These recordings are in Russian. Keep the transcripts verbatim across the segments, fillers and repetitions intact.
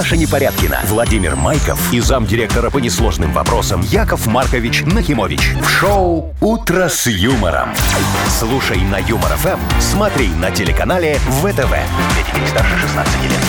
Маша Непорядкина, Владимир Майков и замдиректора по несложным вопросам Яков Маркович Нахимович. В шоу «Утро с юмором». Слушай на Юмор ФМ, смотри на телеканале ВТВ. Для детей старше шестнадцати лет.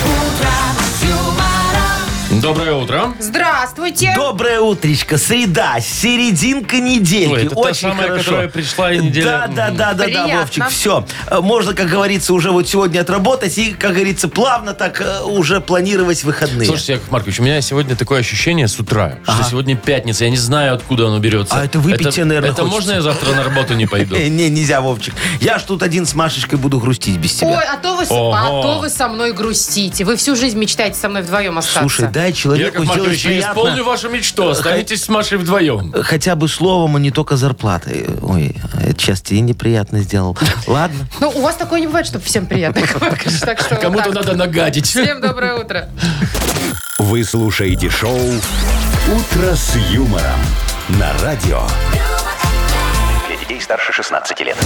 Доброе утро. Здравствуйте. Доброе утречко. Среда, серединка недельки. Ой, это Очень та самая, хорошо. которая пришла и неделя. Да, да, да, да, Приятно. да, Вовчик, все. Можно, как говорится, уже вот сегодня отработать и, как говорится, плавно так э, уже планировать выходные. Слушайте, Яков Маркович, у меня сегодня такое ощущение с утра, что сегодня пятница. Я не знаю, откуда оно берется. А это выпить тебе, наверное, Это хочется. можно я завтра на работу не пойду? Э, Не, нельзя, Вовчик. Я ж тут один с Машечкой буду грустить без тебя. Ой, а то, вы, с- Ого. а то вы со мной грустите. Вы всю жизнь мечтаете со мной вдвоем остаться. Слушай, дай человеку Яков сделать Маркович, я приятно. исполню вашу мечту. Останетесь с Машей вдвоем. Хотя бы словом, а не только зарплатой. Ой, это сейчас тебе неприятно сделал. Ладно. Ну, у вас такое не бывает, чтобы всем приятно. Так что вот Кому-то так. надо нагадить. Всем доброе утро. Вы слушаете шоу «Утро с юмором» на радио. Для детей старше шестнадцати лет.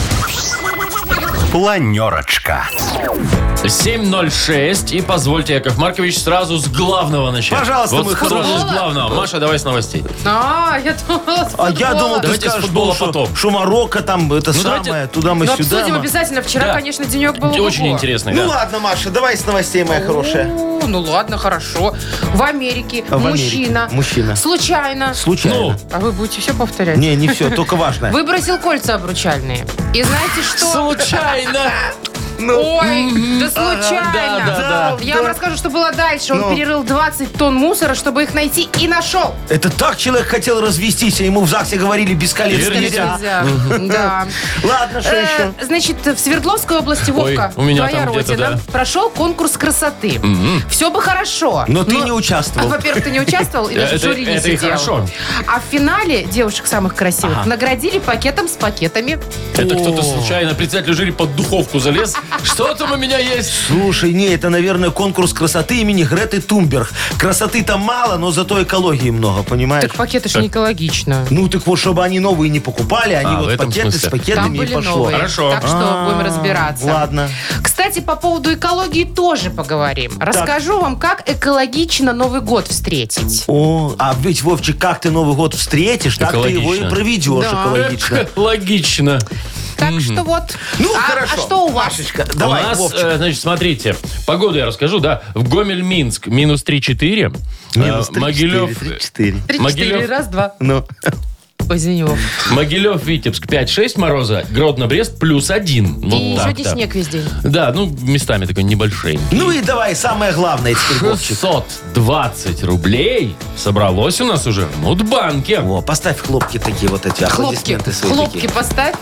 Планерочка. семь ноль шесть. И позвольте, Яков Маркович, сразу с главного начать. Пожалуйста, вот мой сразу хороший. с главного. Маша, давай с новостей. А, я думала, с А я футбола. думал, ты Давайте с скажешь, футбола что, потом. что Марокко там, это Ну, самое, давайте- туда мы Ну, сюда. обсудим мы- обязательно. Вчера, Да. конечно, денек был Очень ого-го. интересный, Ну да. ладно, Маша, давай с новостей, моя хорошая. О, ну ладно, хорошо. В Америке В Америке. мужчина, Мужчина. случайно, Случайно. Ну, а вы будете все повторять, Не, не все, только важное. выбросил кольца обручальные. И знаете что? случайно. Ой, да случайно. Да, да, да. Я вам расскажу, что было дальше. Он Ну. перерыл двадцать тонн мусора, чтобы их найти, и нашел. Это так человек хотел развестись, а ему в ЗАГСе говорили, без колец Верните. нельзя. Нельзя. Да. Ладно, что Э, еще? Значит, в Свердловской области, Вовка, у меня твоя там где-то, родина, да. прошел конкурс красоты. Все бы хорошо. Но ты не участвовал. Во-первых, ты не участвовал, и даже в Это- жюри не это и сидел. хорошо. А в финале девушек самых красивых наградили пакетом с пакетами. Это кто-то случайно, председатель жюри, под духовку залез. Что там у меня есть? Слушай, не, это, наверное, конкурс красоты имени Греты Тунберг. Красоты там мало, но зато экологии много, понимаешь? Так пакеты же не экологично. Ну, так вот, чтобы они новые не покупали, они А, в вот этом пакеты смысле. с пакетами Там и были пошло. новые. Хорошо. Так что А, будем разбираться. Ладно. Кстати, по поводу экологии тоже поговорим. Расскажу вам, как экологично Новый год встретить. О, а ведь, Вовчик, как ты Новый год встретишь, так ты его и Экологично. проведешь Да. экологично. Логично. Так что вот. Ну, а, хорошо. А что у вас? Машечка, давай, у нас, Вовчик. э, значит, смотрите, погоду я расскажу, да. В Гомель-Минск минус три-четыре. Минус Э, три, Могилев, четыре, три, четыре. Три-четыре, Могилев- раз, два. Ну, Ой, извини, Вов. Могилев, Витебск пять-шесть мороза, Гродно-Брест плюс один. Вот И так, сегодня да. снег весь день. Да, ну, местами такой небольшой. ну и давай, самое главное теперь, Вовчик. шестьсот двадцать рублей собралось у нас уже в Мудбанке. О, поставь хлопки такие вот эти, Хлопки, аплодисменты свои хлопки такие. поставь.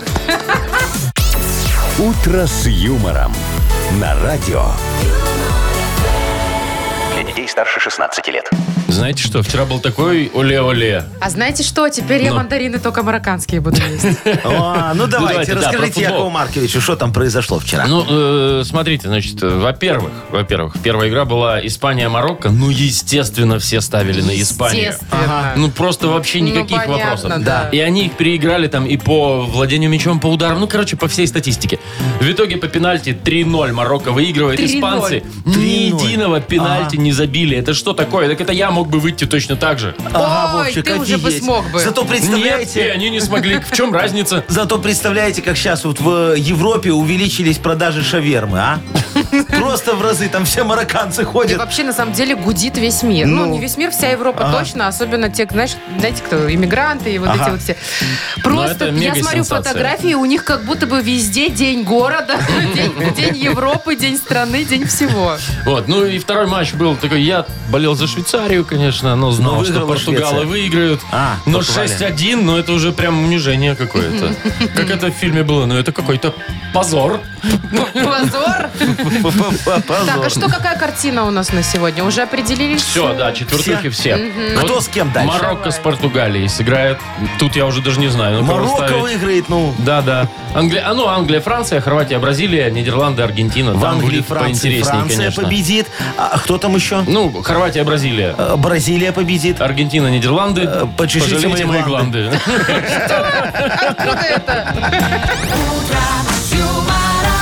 «Утро с юмором» на радио. Для детей старше шестнадцати лет. Знаете что, вчера был такой оле-оле. А знаете что? Теперь я Ну. мандарины только марокканские буду есть. О, ну давайте, давайте, да, расскажите про футбол. Якову Марковичу, что там произошло вчера. Ну, э, смотрите, значит, э, во-первых, во-первых, первая игра была Испания-Марокко. Ну, естественно, все ставили на Испанию. Естественно. Ну, просто вообще Ну, никаких понятно, вопросов. да. И они их переиграли там и по владению мячом, по ударам. Ну, короче, по всей статистике. В итоге по пенальти три-ноль Марокко выигрывает. три ноль. Испанцы ни три ноль. единого пенальти не забили. Это что такое? Так это я мог бы выйти точно так же. Ага, Ой, ты уже бы офигеть. смог бы. Зато Нет, и представляете, они не смогли. В чем разница? зато представляете, как сейчас вот в Европе увеличились продажи шавермы, а? Просто в разы, там все марокканцы И ходят. вообще, на самом деле, гудит весь мир. Ну, Ну. не весь мир, вся Европа Ага. точно. Особенно те, знаешь, знаете, кто? Иммигранты и вот Ага. эти вот все. Просто это я мега смотрю сенсация. фотографии, у них как будто бы везде день города, день, день Европы, день страны, день всего. Вот, ну и второй матч был такой, я болел за Швейцарию, конечно, но знал, Но что выиграла португалы Швеция. выиграют. А, но Португалия. шесть один, ну это уже прям унижение какое-то. Как это в фильме было, ну это какой-то позор. Позор. Так, а Позор. что, какая картина у нас на сегодня? Уже определились? Все, да, четвертухи все. Кто с кем дальше? Марокко с Португалией сыграет. Тут я уже даже не знаю. ну, кого Марокко ставить. выиграет, ну, Да, да. Англия, а ну, Англия, Франция, Хорватия, Бразилия, Нидерланды, Аргентина. в Там Англии, будет Франции, поинтереснее, Франция конечно. победит. А кто там еще? Ну, Хорватия, Бразилия. Э, Бразилия победит. Аргентина, Нидерланды. Э, почешите Пожалейте мои мои гланды. Откуда это?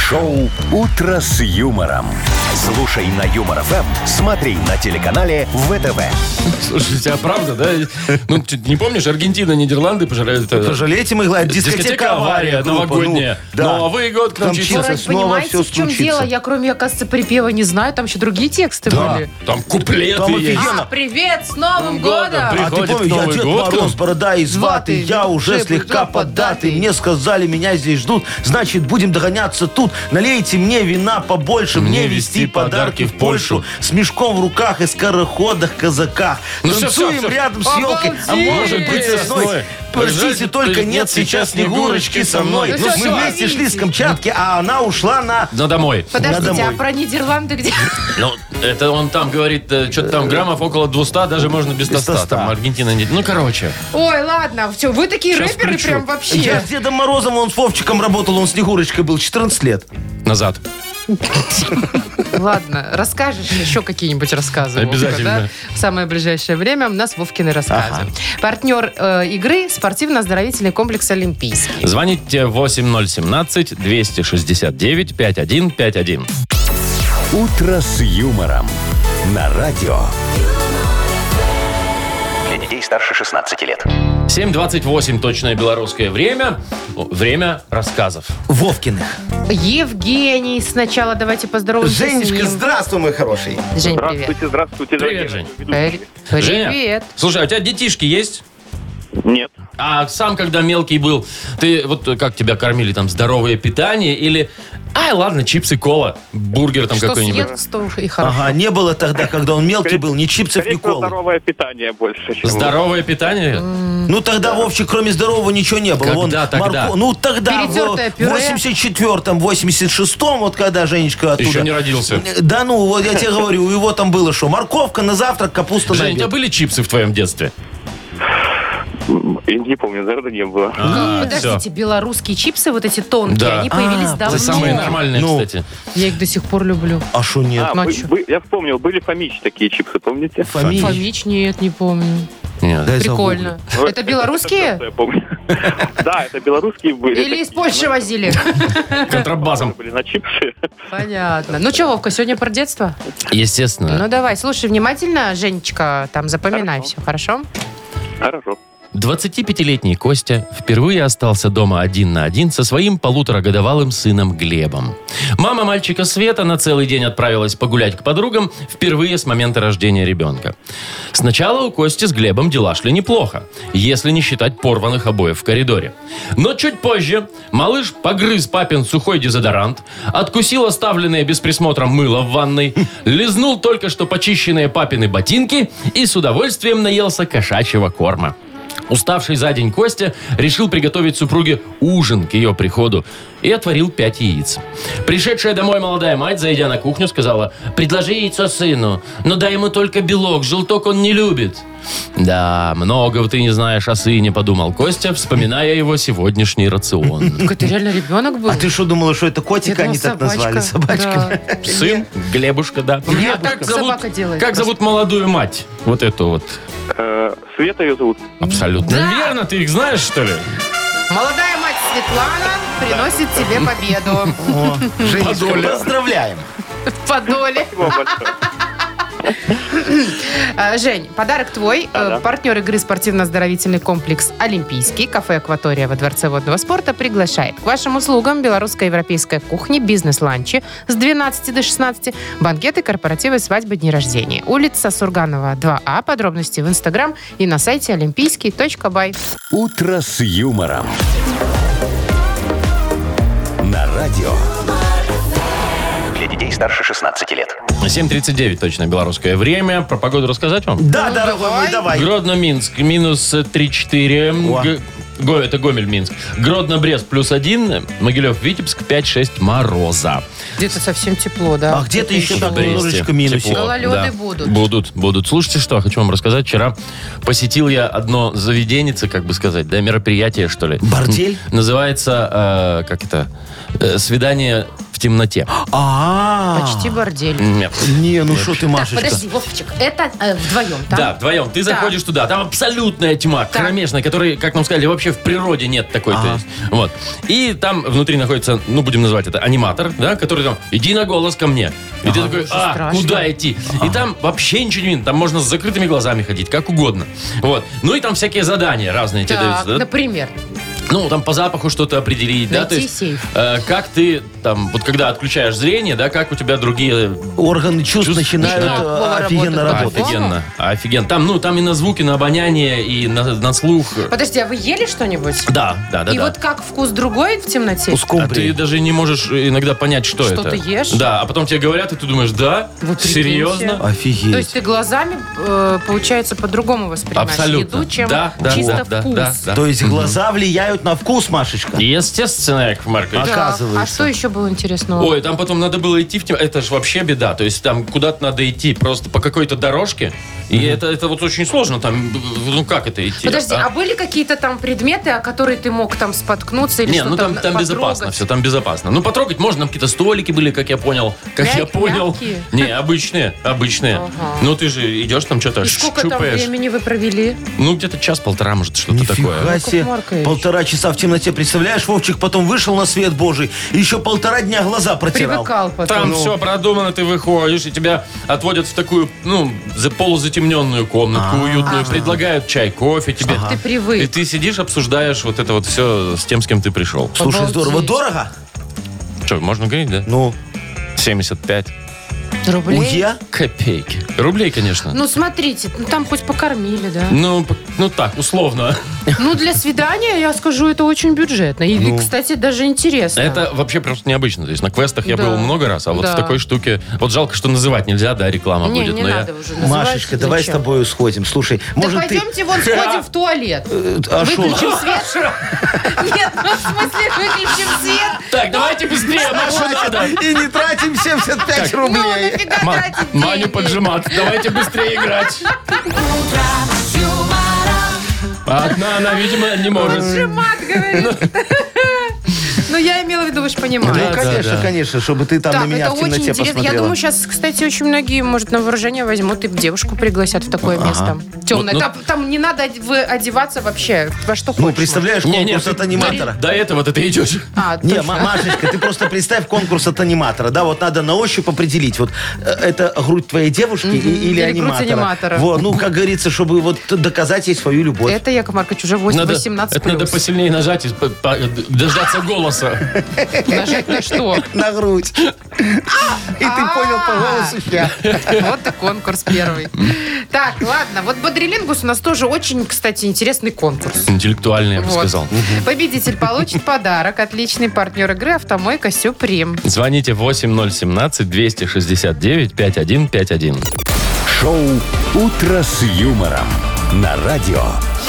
Шоу «Утро с юмором». Слушай на Юмор ФМ, смотри на телеканале ВТВ. Слушайте, а правда, да? Ну, ты не помнишь, Аргентина, Нидерланды пожалеют. Пожалейте, мы играем. Дискотека «Авария» новогодняя. Новый год к нам Там числится. чисто Вы снова понимаете, все в чем случится. дело? Я, кроме, оказывается, припева не знаю. Там еще другие тексты Да. были. Там куплеты Там есть. офигенно. А, привет, с Новым Новым годом, годом! при- А ты Приходит помнишь, я Новый Дед год к Мороз, нам. борода из ваты, Ваты, я уже уже слегка буду поддатый. поддатый. Мне сказали, меня здесь ждут, значит, будем догоняться тут. Налейте мне вина побольше, мне везти подарки в Польшу. С мешком в руках и скороходах казаках. Ну всё, всё, Танцуем всё. рядом с елкой, а Обалдеть! может быть сосной. Сосной. Простите, Жаль, только нет сейчас Снегурочки со мной. Ну Мы всё, всё. вместе шли с Камчатки, а она ушла на... На домой. Подождите, домой. а про Нидерланды где? Ну, это он там говорит, что-то там граммов около двухсот, даже можно без Без тоста. тоста. Там Аргентина не... Ну, короче. Ой, ладно, все, вы такие Щас рэперы включу. прям Я вообще. с Дедом Морозом, он с Вовчиком работал, он Снегурочкой был, четырнадцать лет. Назад. Ладно, расскажешь еще какие-нибудь рассказы. Вовка, Обязательно. да? В самое ближайшее время у нас Вовкины рассказы. Партнер э, игры – спортивно-оздоровительный комплекс «Олимпийский». Звоните восемь ноль семнадцать двести шестьдесят девять пятьдесят один пятьдесят один. «Утро с юмором» на радио. Для детей старше шестнадцати лет. семь двадцать восемь точное белорусское время. О, Время рассказов. Вовкиных. Евгений, сначала давайте поздороваемся с Женечка, ним. здравствуй, мой хороший. Жень, привет. Здравствуйте, здравствуйте. Привет, дорогие Жень. ведущие. Э, Женя, Привет. слушай, а у тебя детишки есть? Нет. А сам, когда мелкий был, ты вот как тебя кормили, там, здоровое питание или... Ай, ладно, чипсы, кола, бургер там Что какой-нибудь. съест, то и хорошо. Ага, не было тогда, когда он мелкий был, ни чипсов, ни Скорее всего, колы. здоровое питание больше. Чем Здоровое питание? Ну тогда, Вовчик, кроме здорового ничего не было. Когда тогда? Ну тогда, в Перетертое пюре. восемьдесят четвёртом, восемьдесят шестом, вот когда Женечка оттуда... Еще не родился. Да ну, вот я тебе говорю, у его там было что? Морковка на завтрак, капуста на Жень, у тебя обед. были чипсы в твоем детстве? Я не помню, наверное, не было. А, Подождите, всё. белорусские чипсы, вот эти тонкие, Да. они появились А, давно. Это самые нормальные, Ну. кстати. Я их до сих пор люблю. А что нет? А, ну а вы- чё? вы- я вспомнил, были Фомич такие чипсы, помните? Фамилия. Фомич, нет, не помню. Нет. Дай Прикольно. Ну, Это белорусские? Я помню. Да, это белорусские были. Или из такие, Польши ну, возили? Контрабасом. Были на чипсы. Понятно. Ну что, Вовка, сегодня про детство? Естественно. Ну давай, слушай внимательно, Женечка, там запоминай все, хорошо? Хорошо. двадцатипятилетний Костя впервые остался дома один на один со своим полуторагодовалым сыном Глебом. Мама мальчика Света на целый день отправилась погулять к подругам впервые с момента рождения ребенка. Сначала у Кости с Глебом дела шли неплохо, если не считать порванных обоев в коридоре. Но чуть позже малыш погрыз папин сухой дезодорант, откусил оставленное без присмотра мыло в ванной, лизнул только что почищенные папины ботинки и с удовольствием наелся кошачьего корма. Уставший за день Костя решил приготовить супруге ужин к ее приходу и отварил пять яиц. Пришедшая домой молодая мать, зайдя на кухню, сказала: «Предложи яйцо сыну, но дай ему только белок, желток он не любит». «Да, много ты не знаешь о сыне», — подумал Костя, вспоминая его сегодняшний рацион. Так это реально ребенок был? А ты что думала, что это котика Я они думала, так назвали? Собачками? Да. Сын Глебушка, да. А как зовут, Собака делает как зовут молодую мать? Вот эту вот. Э, Света ее зовут. Абсолютно Да. верно. Ты их знаешь, что ли? Молодая мать Светлана приносит тебе победу. О, Женечка, Подоле. поздравляем. По доле. Спасибо большое. А, Жень, подарок твой. Да-да. Э, Партнер игры спортивно-оздоровительный комплекс «Олимпийский». Кафе «Акватория» во Дворце водного спорта приглашает к вашим услугам белорусско-европейская кухня, бизнес-ланчи с двенадцати до шестнадцати, банкеты, корпоративы, свадьбы, дни рождения. Улица Сурганова, два А. Подробности в Инстаграм и на сайте олимпийский точка бай. «Утро с юмором». На радио. Для детей старше шестнадцати лет. семь тридцать девять точно белорусское время. Про погоду рассказать вам? Да, дорогой мой, давай. Гродно-Минск минус три-четыре. О. Г- Го, это Гомель-Минск. Гродно-Брест плюс один. Могилев-Витебск пять-шесть мороза. Где-то совсем тепло, да. А где-то Это еще еще так Бресте. немножечко минусик. Тепло. Гололеды Да. будут. Будут, будут. Слушайте, что хочу вам рассказать. Вчера посетил я одно заведенице, как бы сказать, да, мероприятие, что ли. Бордель? Называется, э, как это, э, свидание в темноте. А, Почти бордель. Нет. Не, ну что ты, Так, Машечка? подожди, Вовчик, это э, вдвоем, там? Да, вдвоем. Ты заходишь туда, там абсолютная тьма, Так. кромешная, которой, как нам сказали, вообще в природе нет такой. То Ага. есть, вот. И там внутри находится, ну, будем называть это, аниматор, да, который там, иди на голос ко мне. И ты такой, а, страшно. куда идти? И там вообще ничего не видно, там можно с закрытыми глазами ходить, как угодно. Вот. Ну и там всякие задания разные тебе Так, даются. да. например. Ну, там по запаху что-то определить, да, то Найти есть, сейф. э, как ты, там, вот когда отключаешь зрение, да, как у тебя другие Органы чувств Чувств начинают начинают. э, Как Вова офигенно работает? работать. Офигенно, офигенно. Там, ну, там и на звуки, на обоняние, и на, на слух. Подожди, а вы ели что-нибудь? Да, да, да, И да. вот как вкус другой в темноте? У А ты скумбрии. даже не можешь иногда понять, что, Что это. ты ешь? Да, а потом тебе говорят, и ты думаешь, да? Вы прикиньте. Серьезно? Офигеть. То есть ты глазами, э, получается, по-другому воспринимаешь Абсолютно. еду, чем Да, да, чисто да, вкус. да, да. То есть глаза влияют на вкус, Машечка? Естественно, Яков Маркович. Да. Оказывается. А что еще было интересного? Ой, там потом надо было идти в тем... Это же вообще беда. То есть там куда-то надо идти просто по какой-то дорожке. И это, это вот очень сложно. Там, ну как это идти? Подожди, а? были какие-то там предметы, о которые ты мог там споткнуться или Не, что-то ну там, там потрогать? безопасно, все там безопасно. Ну, потрогать можно, там какие-то столики были, как я понял. Как я Мяг- понял. мягкие? Не, обычные, обычные. Ага. Ну, ты же идешь там что-то И сколько там щупаешь. времени вы провели? Ну, где-то час-полтора, может, что-то такое. Нифига себе. Маркович. Полтора часа в темноте. Представляешь, Вовчик потом вышел на свет Божий и еще полтора дня глаза протирал. Привыкал потом. Там Ну. все продумано, ты выходишь, и тебя отводят в такую, ну, за- полузатемненную комнатку уютную, предлагают чай, кофе тебе. Ты привык. И ты сидишь, обсуждаешь вот это вот все с тем, с кем ты пришел. Слушай, Обалдеть. здорово. Дорого? Что, можно говорить, да? Ну, семьдесят пять Рублей? уе? копейки. Рублей, конечно. Ну, смотрите, ну, там хоть покормили, да? Ну, п- ну так, условно. Ну, для свидания, я скажу, это очень бюджетно. И, и, кстати, даже интересно. Это вообще просто необычно. То есть на квестах я Да. был много раз, а вот Да. в такой штуке... Вот жалко, что называть нельзя, да, реклама Не, будет. не но я- надо уже называть. Машечка, давай с Зачем? тобой сходим. Слушай, Да может ты... пойдемте вон сходим в туалет. Э, А шо? Выключим свет. Нет, ну в смысле выключим свет. Так, давайте быстрее, Машу надо. И не тратим семьдесят пять Ну, рублей. нафига Ма- тратить Маню деньги? поджимат. Давайте быстрее играть. Одна она, видимо, не может. Жемат, говорит. Ну, я имела в виду, вы же Ну, понимаете. конечно, да. конечно, чтобы ты там Так, на меня это в очень темноте интересно. Я посмотрела. думаю, сейчас, кстати, очень многие, может, на вооружение возьмут и девушку пригласят в такое место. Темное. Ну, ну- Там, там не надо оде- вы- одеваться вообще во что хочешь. Ну, представляешь, Не, конкурс не, от ты- аниматора. До этого-то ты идешь. А, Не, точно. Ма- Машечка, ты просто представь конкурс от аниматора. Да, вот надо на ощупь определить, вот э, это грудь твоей девушки и- или, Или грудь аниматора. аниматора. Вот, ну, как говорится, чтобы вот доказать ей свою любовь. Это, Яков Маркович, уже восемь- Надо, восемнадцать это надо плюс. посильнее нажать и по- по- дождаться голоса. Нажать на что? На грудь. И ты понял по голосу ща. Вот и конкурс первый. Так, ладно. Вот Бодрилингус у нас тоже очень, кстати, интересный конкурс. Интеллектуальный, я бы Вот. сказал. Победитель получит подарок. Отличный партнер игры «Автомойка Сюприм». Звоните восемь ноль семнадцать двести шестьдесят девять пятьдесят один пятьдесят один. Шоу «Утро с юмором» на радио.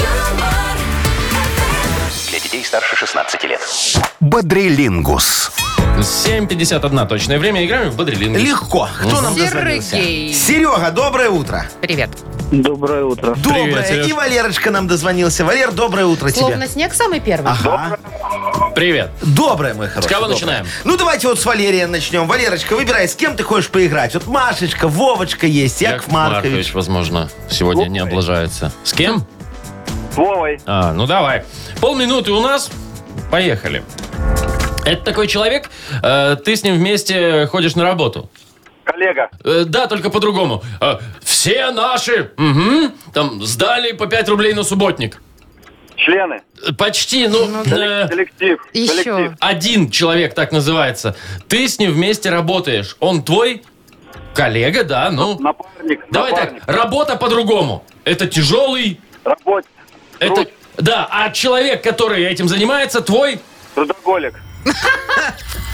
Для детей старше шестнадцати лет. Бодрилингус. семь пятьдесят один точное время. Играем в Бодрилингус. Легко. Кто нам дозвонился? Сергей. Серега, доброе утро. Привет. Доброе утро. Доброе. Сереж. И Валерочка нам дозвонился. Валер, доброе утро Словно тебе. снег самый первый. Ага. Привет. Доброе, мой хороший. С кого доброе. начинаем? Ну, давайте вот с Валерия начнем. Валерочка, выбирай, с кем ты хочешь поиграть. Вот Машечка, Вовочка есть, Яков Маркович. возможно, сегодня не облажается. С кем? С Вовой. А, ну давай. Полминуты у нас. Поехали. Это такой человек, э, ты с ним вместе ходишь на работу. Коллега. Э, да, только по-другому. Э, все наши, мгм, там, сдали по пять рублей на субботник. Члены. Э, Почти, ну, э, Коллектив. Еще. Коллектив. один человек так называется. Ты с ним вместе работаешь. Он твой коллега, да, ну. Напарник. Давай напарник. так, работа по-другому. Это тяжелый, Работ. это, Труд. да, а человек, который этим занимается, твой... Трудоголик.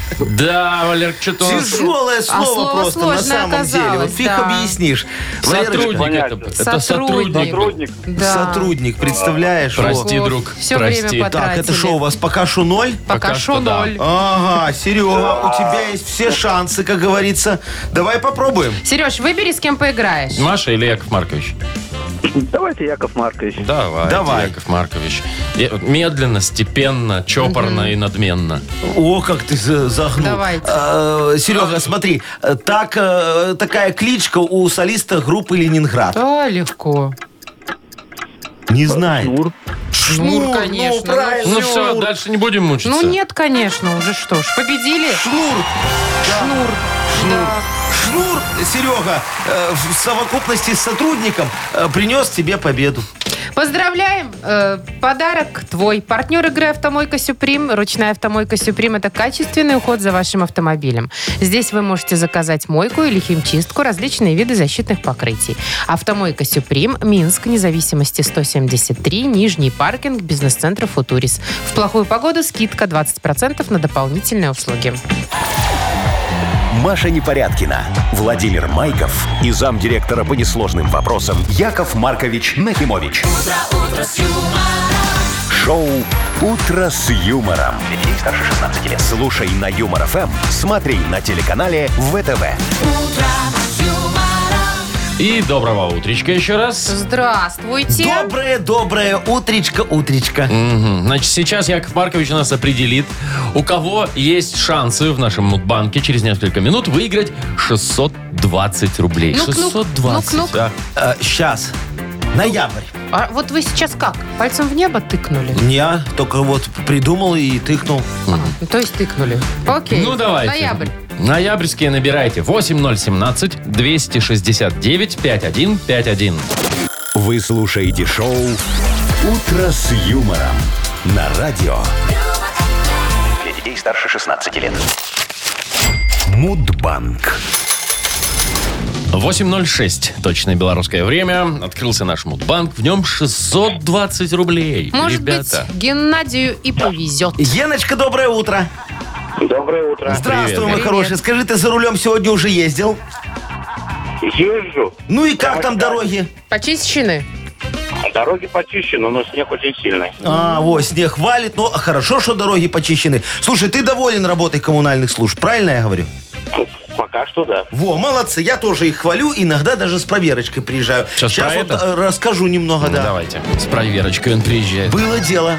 Да, Валерка, что-то... Тяжелое слово, слово просто на сложное самом деле. Вот оказалось, фиг да. объяснишь. Валерочка, Сотрудник Понятно. это, это сотрудник. Сотрудник. Да. сотрудник, представляешь? Прости, Вот. друг, Все прости. время потратили. Так, это что, у вас пока что ноль? Пока Пока что что да. ноль. Ага, Серега, у тебя есть все шансы, как говорится. Давай попробуем. Сереж, выбери, с кем поиграешь. Маша или Яков Маркович? Давайте, Яков Маркович. Давай, Давай. Яков Маркович. Я- Медленно, степенно, чопорно и надменно. О, как ты за- загнул. Давайте. А, Серега, смотри, э, так, э, такая кличка у солиста группы «Ленинград». Да, легко. Не знаю. Шнур. Шнур, конечно. Ну, правильно. Ну всё. все, дальше не будем мучиться. Ну нет, конечно, уже что ж. Победили? Шнур. Шнур. Да. Шнур, Серега, э, в совокупности с сотрудником э, принес тебе победу. Поздравляем! Э, подарок твой. Партнер игры «Автомойка Сюприм». Ручная «Автомойка Сюприм» — это качественный уход за вашим автомобилем. Здесь вы можете заказать мойку или химчистку, различные виды защитных покрытий. «Автомойка Сюприм», Минск, независимости сто семьдесят три, Нижний паркинг, бизнес-центр «Футурис». В плохую погоду скидка двадцать процентов на дополнительные услуги. Маша Непорядкина, Владимир Майков и замдиректора по несложным вопросам Яков Маркович Нахимович. Шоу «Утро с юмором». Для детей старше шестнадцати лет. Слушай на Юмор ФМ, смотри на телеканале ВТВ. И доброго утречка еще раз. Здравствуйте! Доброе, доброе утречко, утречко. Мгм. Значит, сейчас Яков Маркович у нас определит, у кого есть шансы в нашем Мудбанке через несколько минут выиграть шестьсот двадцать рублей. Ну-ка, ну-ка, шестьсот двадцать, ну-ка, а? сейчас. Ноябрь. А вот вы сейчас как? Пальцем в небо тыкнули? Я только вот придумал и тыкнул. Ну, то есть тыкнули. Окей. Ну, давайте. Ноябрь. Ноябрьские набирайте. восемь ноль семнадцать двести шестьдесят девять пятьдесят один пятьдесят один. Вы слушаете шоу «Утро с юмором» на радио Для детей старше шестнадцати лет. Мудбанк. восемь ноль шесть. Точное белорусское время. Открылся наш Мудбанк. В нем шестьсот двадцать рублей. Может Ребята. быть, Геннадию и повезет. Геночка, доброе утро. Доброе утро. Здравствуй, мой Привет. хороший. Скажи, ты за рулем сегодня уже ездил? Езжу. Ну и как там дороги? Почищены? Дороги почищены, но снег очень сильный. А, вот, снег валит, но хорошо, что дороги почищены. Слушай, ты доволен работой коммунальных служб, правильно я говорю? Пока что да. Во, молодцы, я тоже их хвалю, иногда даже с проверочкой приезжаю. Сейчас про вот это? э, расскажу немного, Ну, да. давайте. С проверочкой он приезжает. Было дело.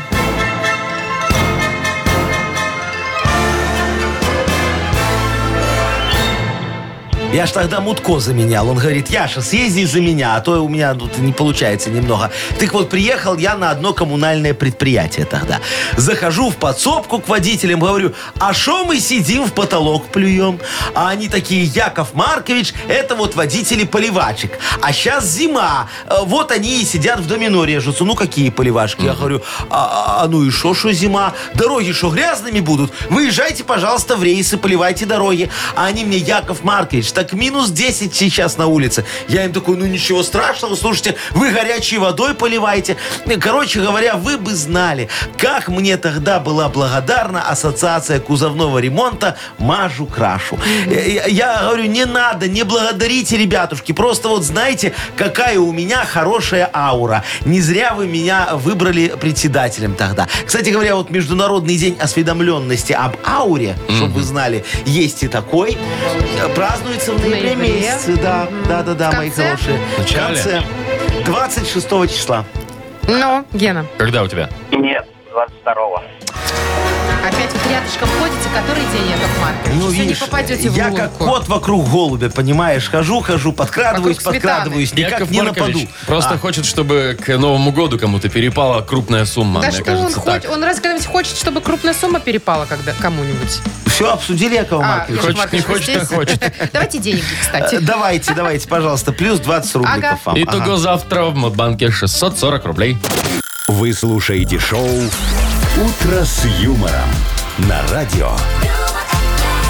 Я ж тогда Мутко заменял. Он говорит, Яша, съезди за меня, а то у меня тут не получается немного. Так вот, приехал я на одно коммунальное предприятие тогда. Захожу в подсобку к водителям, говорю, а шо мы сидим в потолок плюем? А они такие, Яков Маркович, это вот водители поливачек. А сейчас зима. Э, Вот они и сидят в домино режутся. Ну, какие поливашки? Я говорю, а, а ну и шо, шо зима? Дороги шо грязными будут? Выезжайте, пожалуйста, в рейсы, поливайте дороги. А они мне, Яков Маркович, так минус десять сейчас на улице. Я им такой, ну ничего страшного, слушайте, вы горячей водой поливаете. Короче говоря, вы бы знали, как мне тогда была благодарна ассоциация кузовного ремонта «Мажу крашу». Я, я говорю, не надо, не благодарите, ребятушки, просто вот знаете, какая у меня хорошая аура. Не зря вы меня выбрали председателем тогда. Кстати говоря, вот Международный день осведомленности об ауре, чтобы вы знали, есть и такой. Празднуется в ноябре ноябре. месяце. Да, да, да, да, В мои конце? хорошие. В начале? В конце. двадцать шестого числа. Ну, Гена, Когда у тебя? Нет, двадцать второго. опять вот рядышком ходите, который день, Яков Маркович? Ну, Все не видишь, попадете в я лунку. как кот вокруг голубя, понимаешь? Хожу, хожу, подкрадываюсь, Вокруг сметаны. подкрадываюсь, никак Яков не Маркович нападу. просто А, хочет, чтобы к Новому году кому-то перепала крупная сумма. Да Мне что кажется, он так. хочет? Он раз когда-нибудь хочет, чтобы крупная сумма перепала когда кому-нибудь. все обсудили, Яков А, Маркович? Яков Хочет, не Маркович, вы хочет, а здесь? хочет. Давайте деньги, Э, кстати. Давайте, давайте, пожалуйста, плюс двадцать рубликов Ага. вам. Итого Ага. завтра в Мудбанке шестьсот сорок рублей. Вы слушаете шоу «Утро с юмором» на радио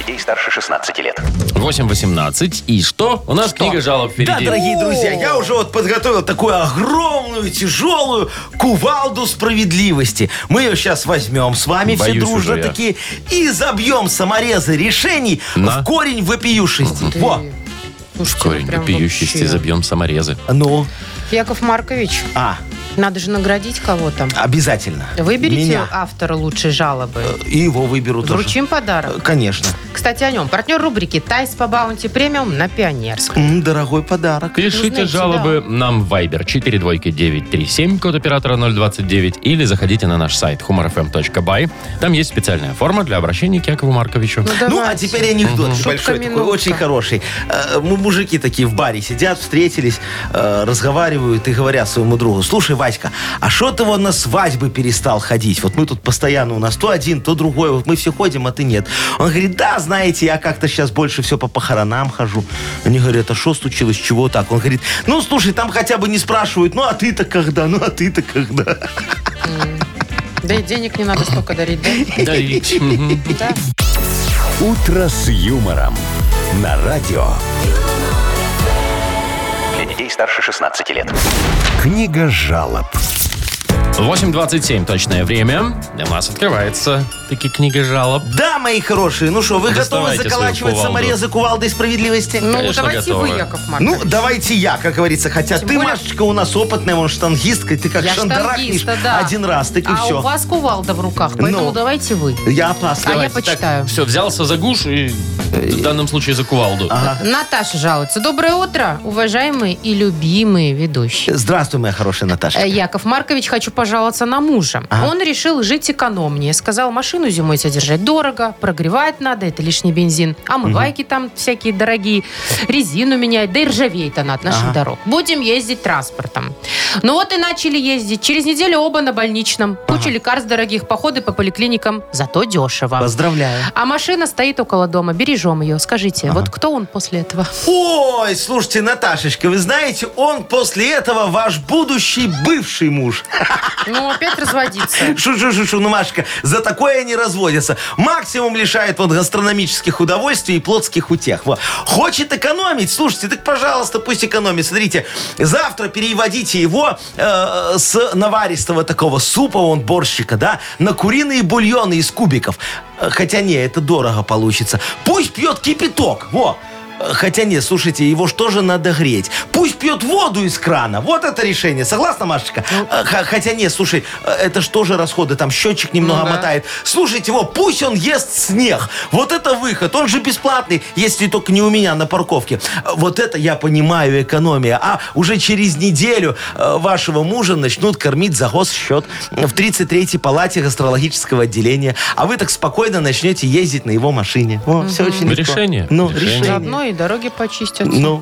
детей старше шестнадцати лет. восемь восемнадцать. И что? У нас книга жалоб Да, впереди. дорогие друзья, я уже вот подготовил такую огромную, тяжелую кувалду справедливости. Мы ее сейчас возьмем с вами все Боюсь дружно уже я. такие и забьем саморезы решений На. в корень вопиюшести. Во. Слушайте, Корень ну прям вопиющести, вообще. забьем саморезы. Ну, Яков Маркович, а, надо же наградить кого-то. обязательно. Выберите Меня. автора лучшей жалобы. И его выберу тоже. Вручим подарок. Конечно. Кстати, о нем. Партнер рубрики «Тайс по баунти премиум» на Пионерском. М, дорогой подарок. Пишите знаете, жалобы нам в Viber четыре двойки девять три семь, код оператора ноль двадцать девять, или заходите на наш сайт humor эф эм точка бай. Там есть специальная форма для обращения к Якову Марковичу. Ну, Ну, а давайте. теперь анекдот Шутка небольшой, такой минутка. очень хороший. Э, м- Мужики такие в баре сидят, встретились, э, разговаривают и говорят своему другу: слушай, Васька, а что ты вот на свадьбы перестал ходить? Вот мы тут постоянно, у нас то один, то другой, вот мы все ходим, а ты нет. Он говорит: да, знаете, я как-то сейчас больше все по похоронам хожу. Они говорят: а что случилось, чего так? Он говорит: ну, слушай, там хотя бы не спрашивают, ну, а ты-то когда, ну, а ты-то когда? Да и денег не надо столько дарить, да? Дарить. Мгм. Да. «Утро с юмором» на радио. Для детей старше шестнадцати лет. Книга жалоб. восемь двадцать семь точное время. У нас открывается таки книга жалоб. Да, мои хорошие, ну что, вы готовы Доставайте свою заколачивать кувалду. саморезы кувалдой справедливости? Ну, Конечно, давайте готовы. вы, Яков Ну, Маркович. давайте я, как говорится. Хотя Тем ты, более- Машечка, у нас опытная, вон штангистка, ты как Я шандарахнешь штангиста, да. один раз, так и а все. у вас кувалда в руках, поэтому Ну. давайте вы. Я опасный. А я Давайте, почитаю. Все, взялся за гуш и в данном случае за кувалду. Наташа жалуется. Доброе утро, уважаемые и любимые ведущие. Здравствуй, моя хорошая Наташа. Э, Яков Маркович, хочу пожаловаться на мужа. Ага. Он решил жить экономнее. Сказал, машину зимой содержать дорого, прогревать надо, это лишний бензин. Омывайки там всякие дорогие, резину менять, да и ржавеет она от наших Ага. дорог. Будем ездить транспортом. Ну вот и начали ездить. Через неделю оба на больничном. Куча лекарств дорогих, походы по поликлиникам. Зато дешево. Поздравляю. А машина стоит около дома. Бережем ее. Скажите, вот кто он после этого? Ой, слушайте, Наташечка, вы знаете, он после этого ваш будущий бывший муж. Ну, опять разводиться. Шу-шу-шу-шу, ну, Машечка, за такое не разводятся. Максимум лишает вот гастрономических удовольствий и плотских утех. Во. Хочет экономить? Слушайте, так, пожалуйста, пусть экономит. Смотрите, завтра переводите его э, с наваристого такого супа, он борщика, да, на куриные бульоны из кубиков. Э, Хотя не, это дорого получится. Пусть пьет кипяток, во. Хотя нет, слушайте, его ж тоже надо греть. Пусть пьет воду из крана. Вот это решение. Согласна, Машечка? Х- Хотя нет, слушай, это ж тоже расходы. Там счетчик немного Ну да. мотает. Слушайте его, пусть он ест снег. Вот это выход. Он же бесплатный, если только не у меня на парковке. Вот это я понимаю, экономия. А уже через неделю э, вашего мужа начнут кормить за госсчет в тридцать третьей палате гастрологического отделения. А вы так спокойно начнете ездить на его машине. О, все очень легко. Решение. Ну, Решение. решение. Заодно и дороги почистят. Ну,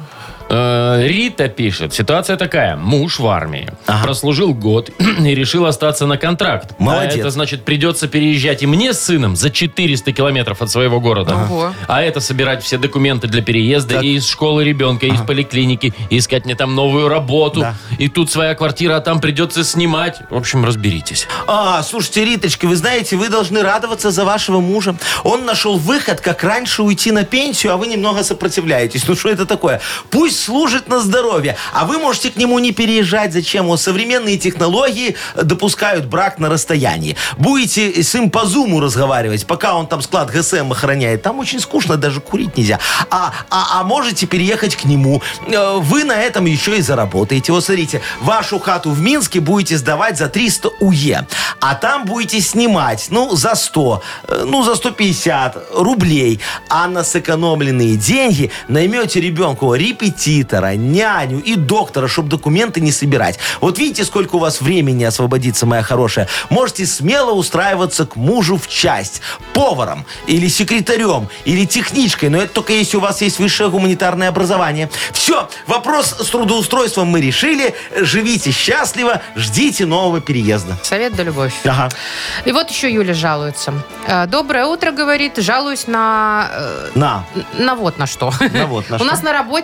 Э, Рита пишет. Ситуация такая. Муж в армии. Ага. Прослужил год и решил остаться на контракт. Молодец. А это значит, придется переезжать и мне с сыном за четыреста километров от своего города. Ого. А это собирать все документы для переезда Так. и из школы ребенка, и из поликлиники, и искать мне там новую работу. Да. И тут своя квартира, а там придется снимать. В общем, разберитесь. А, слушайте, Риточка, вы знаете, вы должны радоваться за вашего мужа. Он нашел выход, как раньше уйти на пенсию, а вы немного сопротивляетесь. Ну что это такое? Пусть служит на здоровье, а вы можете к нему не переезжать. Зачем? Вот современные технологии допускают брак на расстоянии. Будете с ним по зуму разговаривать, пока он там склад ГСМ охраняет. Там очень скучно, даже курить нельзя. А, а, а можете переехать к нему. Э, Вы на этом еще и заработаете. Вот смотрите, вашу хату в Минске будете сдавать за триста УЕ, а там будете снимать, ну, за сто, э, ну, за сто пятьдесят рублей. А на сэкономленные деньги наймете ребенку репетитора, няню и доктора, чтобы документы не собирать. Вот видите, сколько у вас времени освободится, моя хорошая. Можете смело устраиваться к мужу в часть. Поваром, или секретарем, или техничкой. Но это только если у вас есть высшее гуманитарное образование. Все, вопрос с трудоустройством мы решили. Живите счастливо, ждите нового переезда. Совет да любовь. Ага. И вот еще Юля жалуется. Э, Доброе утро, говорит. Жалуюсь на... э, На. На вот на что. На вот на У что. нас на работе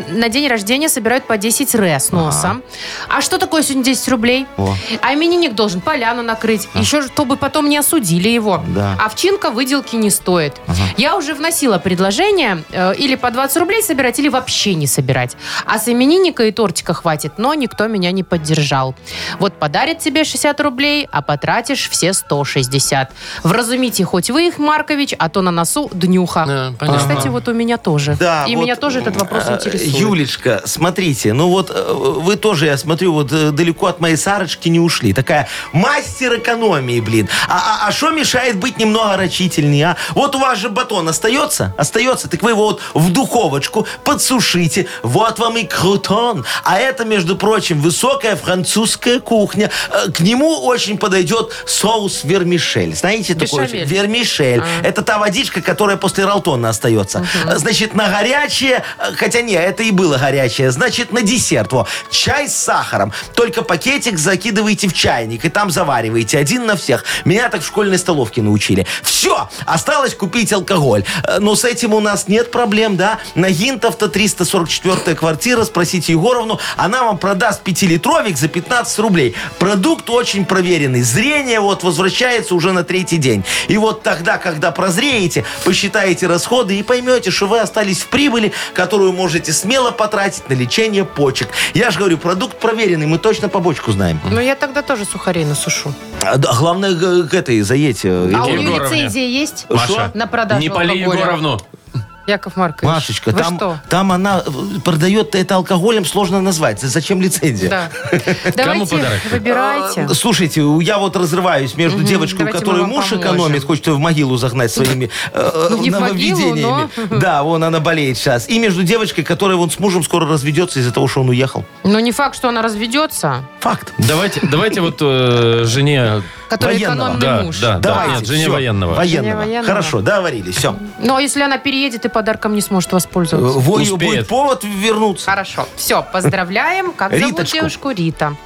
на день рождения собирают по десять ре с носом. А что такое сегодня десять рублей? О. А именинник должен поляну накрыть. Еще, чтобы потом не осудили его. Да. Овчинка выделки не стоит. Я уже вносила предложение э, или по двадцать рублей собирать, или вообще не собирать. А с именинника и тортика хватит, но никто меня не поддержал. Вот подарят тебе шестьдесят рублей, а потратишь все сто шестьдесят. Вразумите хоть вы их, Маркович, а то на носу днюха. Да, понятно. Кстати, вот у меня тоже. Да, и вот, меня тоже этот вопрос э, интересует. Юлечка, смотрите, ну вот э, вы тоже, я смотрю, вот э, далеко от моей Сарочки не ушли. Такая мастер экономии, блин. А что мешает быть немного рачительнее, а? Вот у вас же батон остается? Остается. Так вы его вот в духовочку подсушите. Вот вам и крутон. А это, между прочим, высокая французская кухня. Э, К нему очень подойдет соус вермишель. Знаете такой? Бешамель. Вермишель. А. Это та водичка, которая после ралтона остается. Значит, на горячее, хотя не, это и было горячее, значит, на десерт. Во, чай с сахаром. Только пакетик закидываете в чайник и там завариваете. Один на всех. Меня так в школьной столовке научили. Все, осталось купить алкоголь. Э, Но с этим у нас нет проблем, да? На Гинтов-то триста сорок четвёртая квартира, спросите Егоровну, она вам продаст пятилитровик за пятнадцать рублей. Продукт очень проверенный. Зрение вот возвращается уже на третий день. И вот тогда, когда прозреете, посчитаете расходы и поймете, что вы остались в прибыли, которую можете смело потратить на лечение почек. Я же говорю, продукт проверенный, мы точно по бочку знаем. Ну, я тогда тоже сухарей насушу. А, да, главное, г- к этой заедьте. А у Егоровне. нее лицензия есть? Маша, На продажу не пали алкоголя. Егоровну. Яков Маркович, Машечка, вы там, что? там она э, продает это алкоголем, сложно назвать. Зачем лицензия? Да. Давайте, подарок? выбирайте. Э, Слушайте, я вот разрываюсь между девочкой, у давайте которой мы вам муж поможем. экономит, хочет ее в могилу загнать своими э, Ну, не в могилу, нововведениями. Да, вон она болеет сейчас. И между девочкой, которая вон с мужем скоро разведется из-за того, что он уехал. Но не факт, что она разведется. Факт. Давайте, давайте вот э, жене... Который Военного. экономный Да, муж. да, да. Давайте, Нет, жене всё. военного. Военного. Жене военного. Хорошо, договорились, все. Но если она переедет и подарком не сможет воспользоваться. Вою Успеет. будет повод вернуться. Хорошо. Все, поздравляем. Как зовут Риточку. девушку? Рита.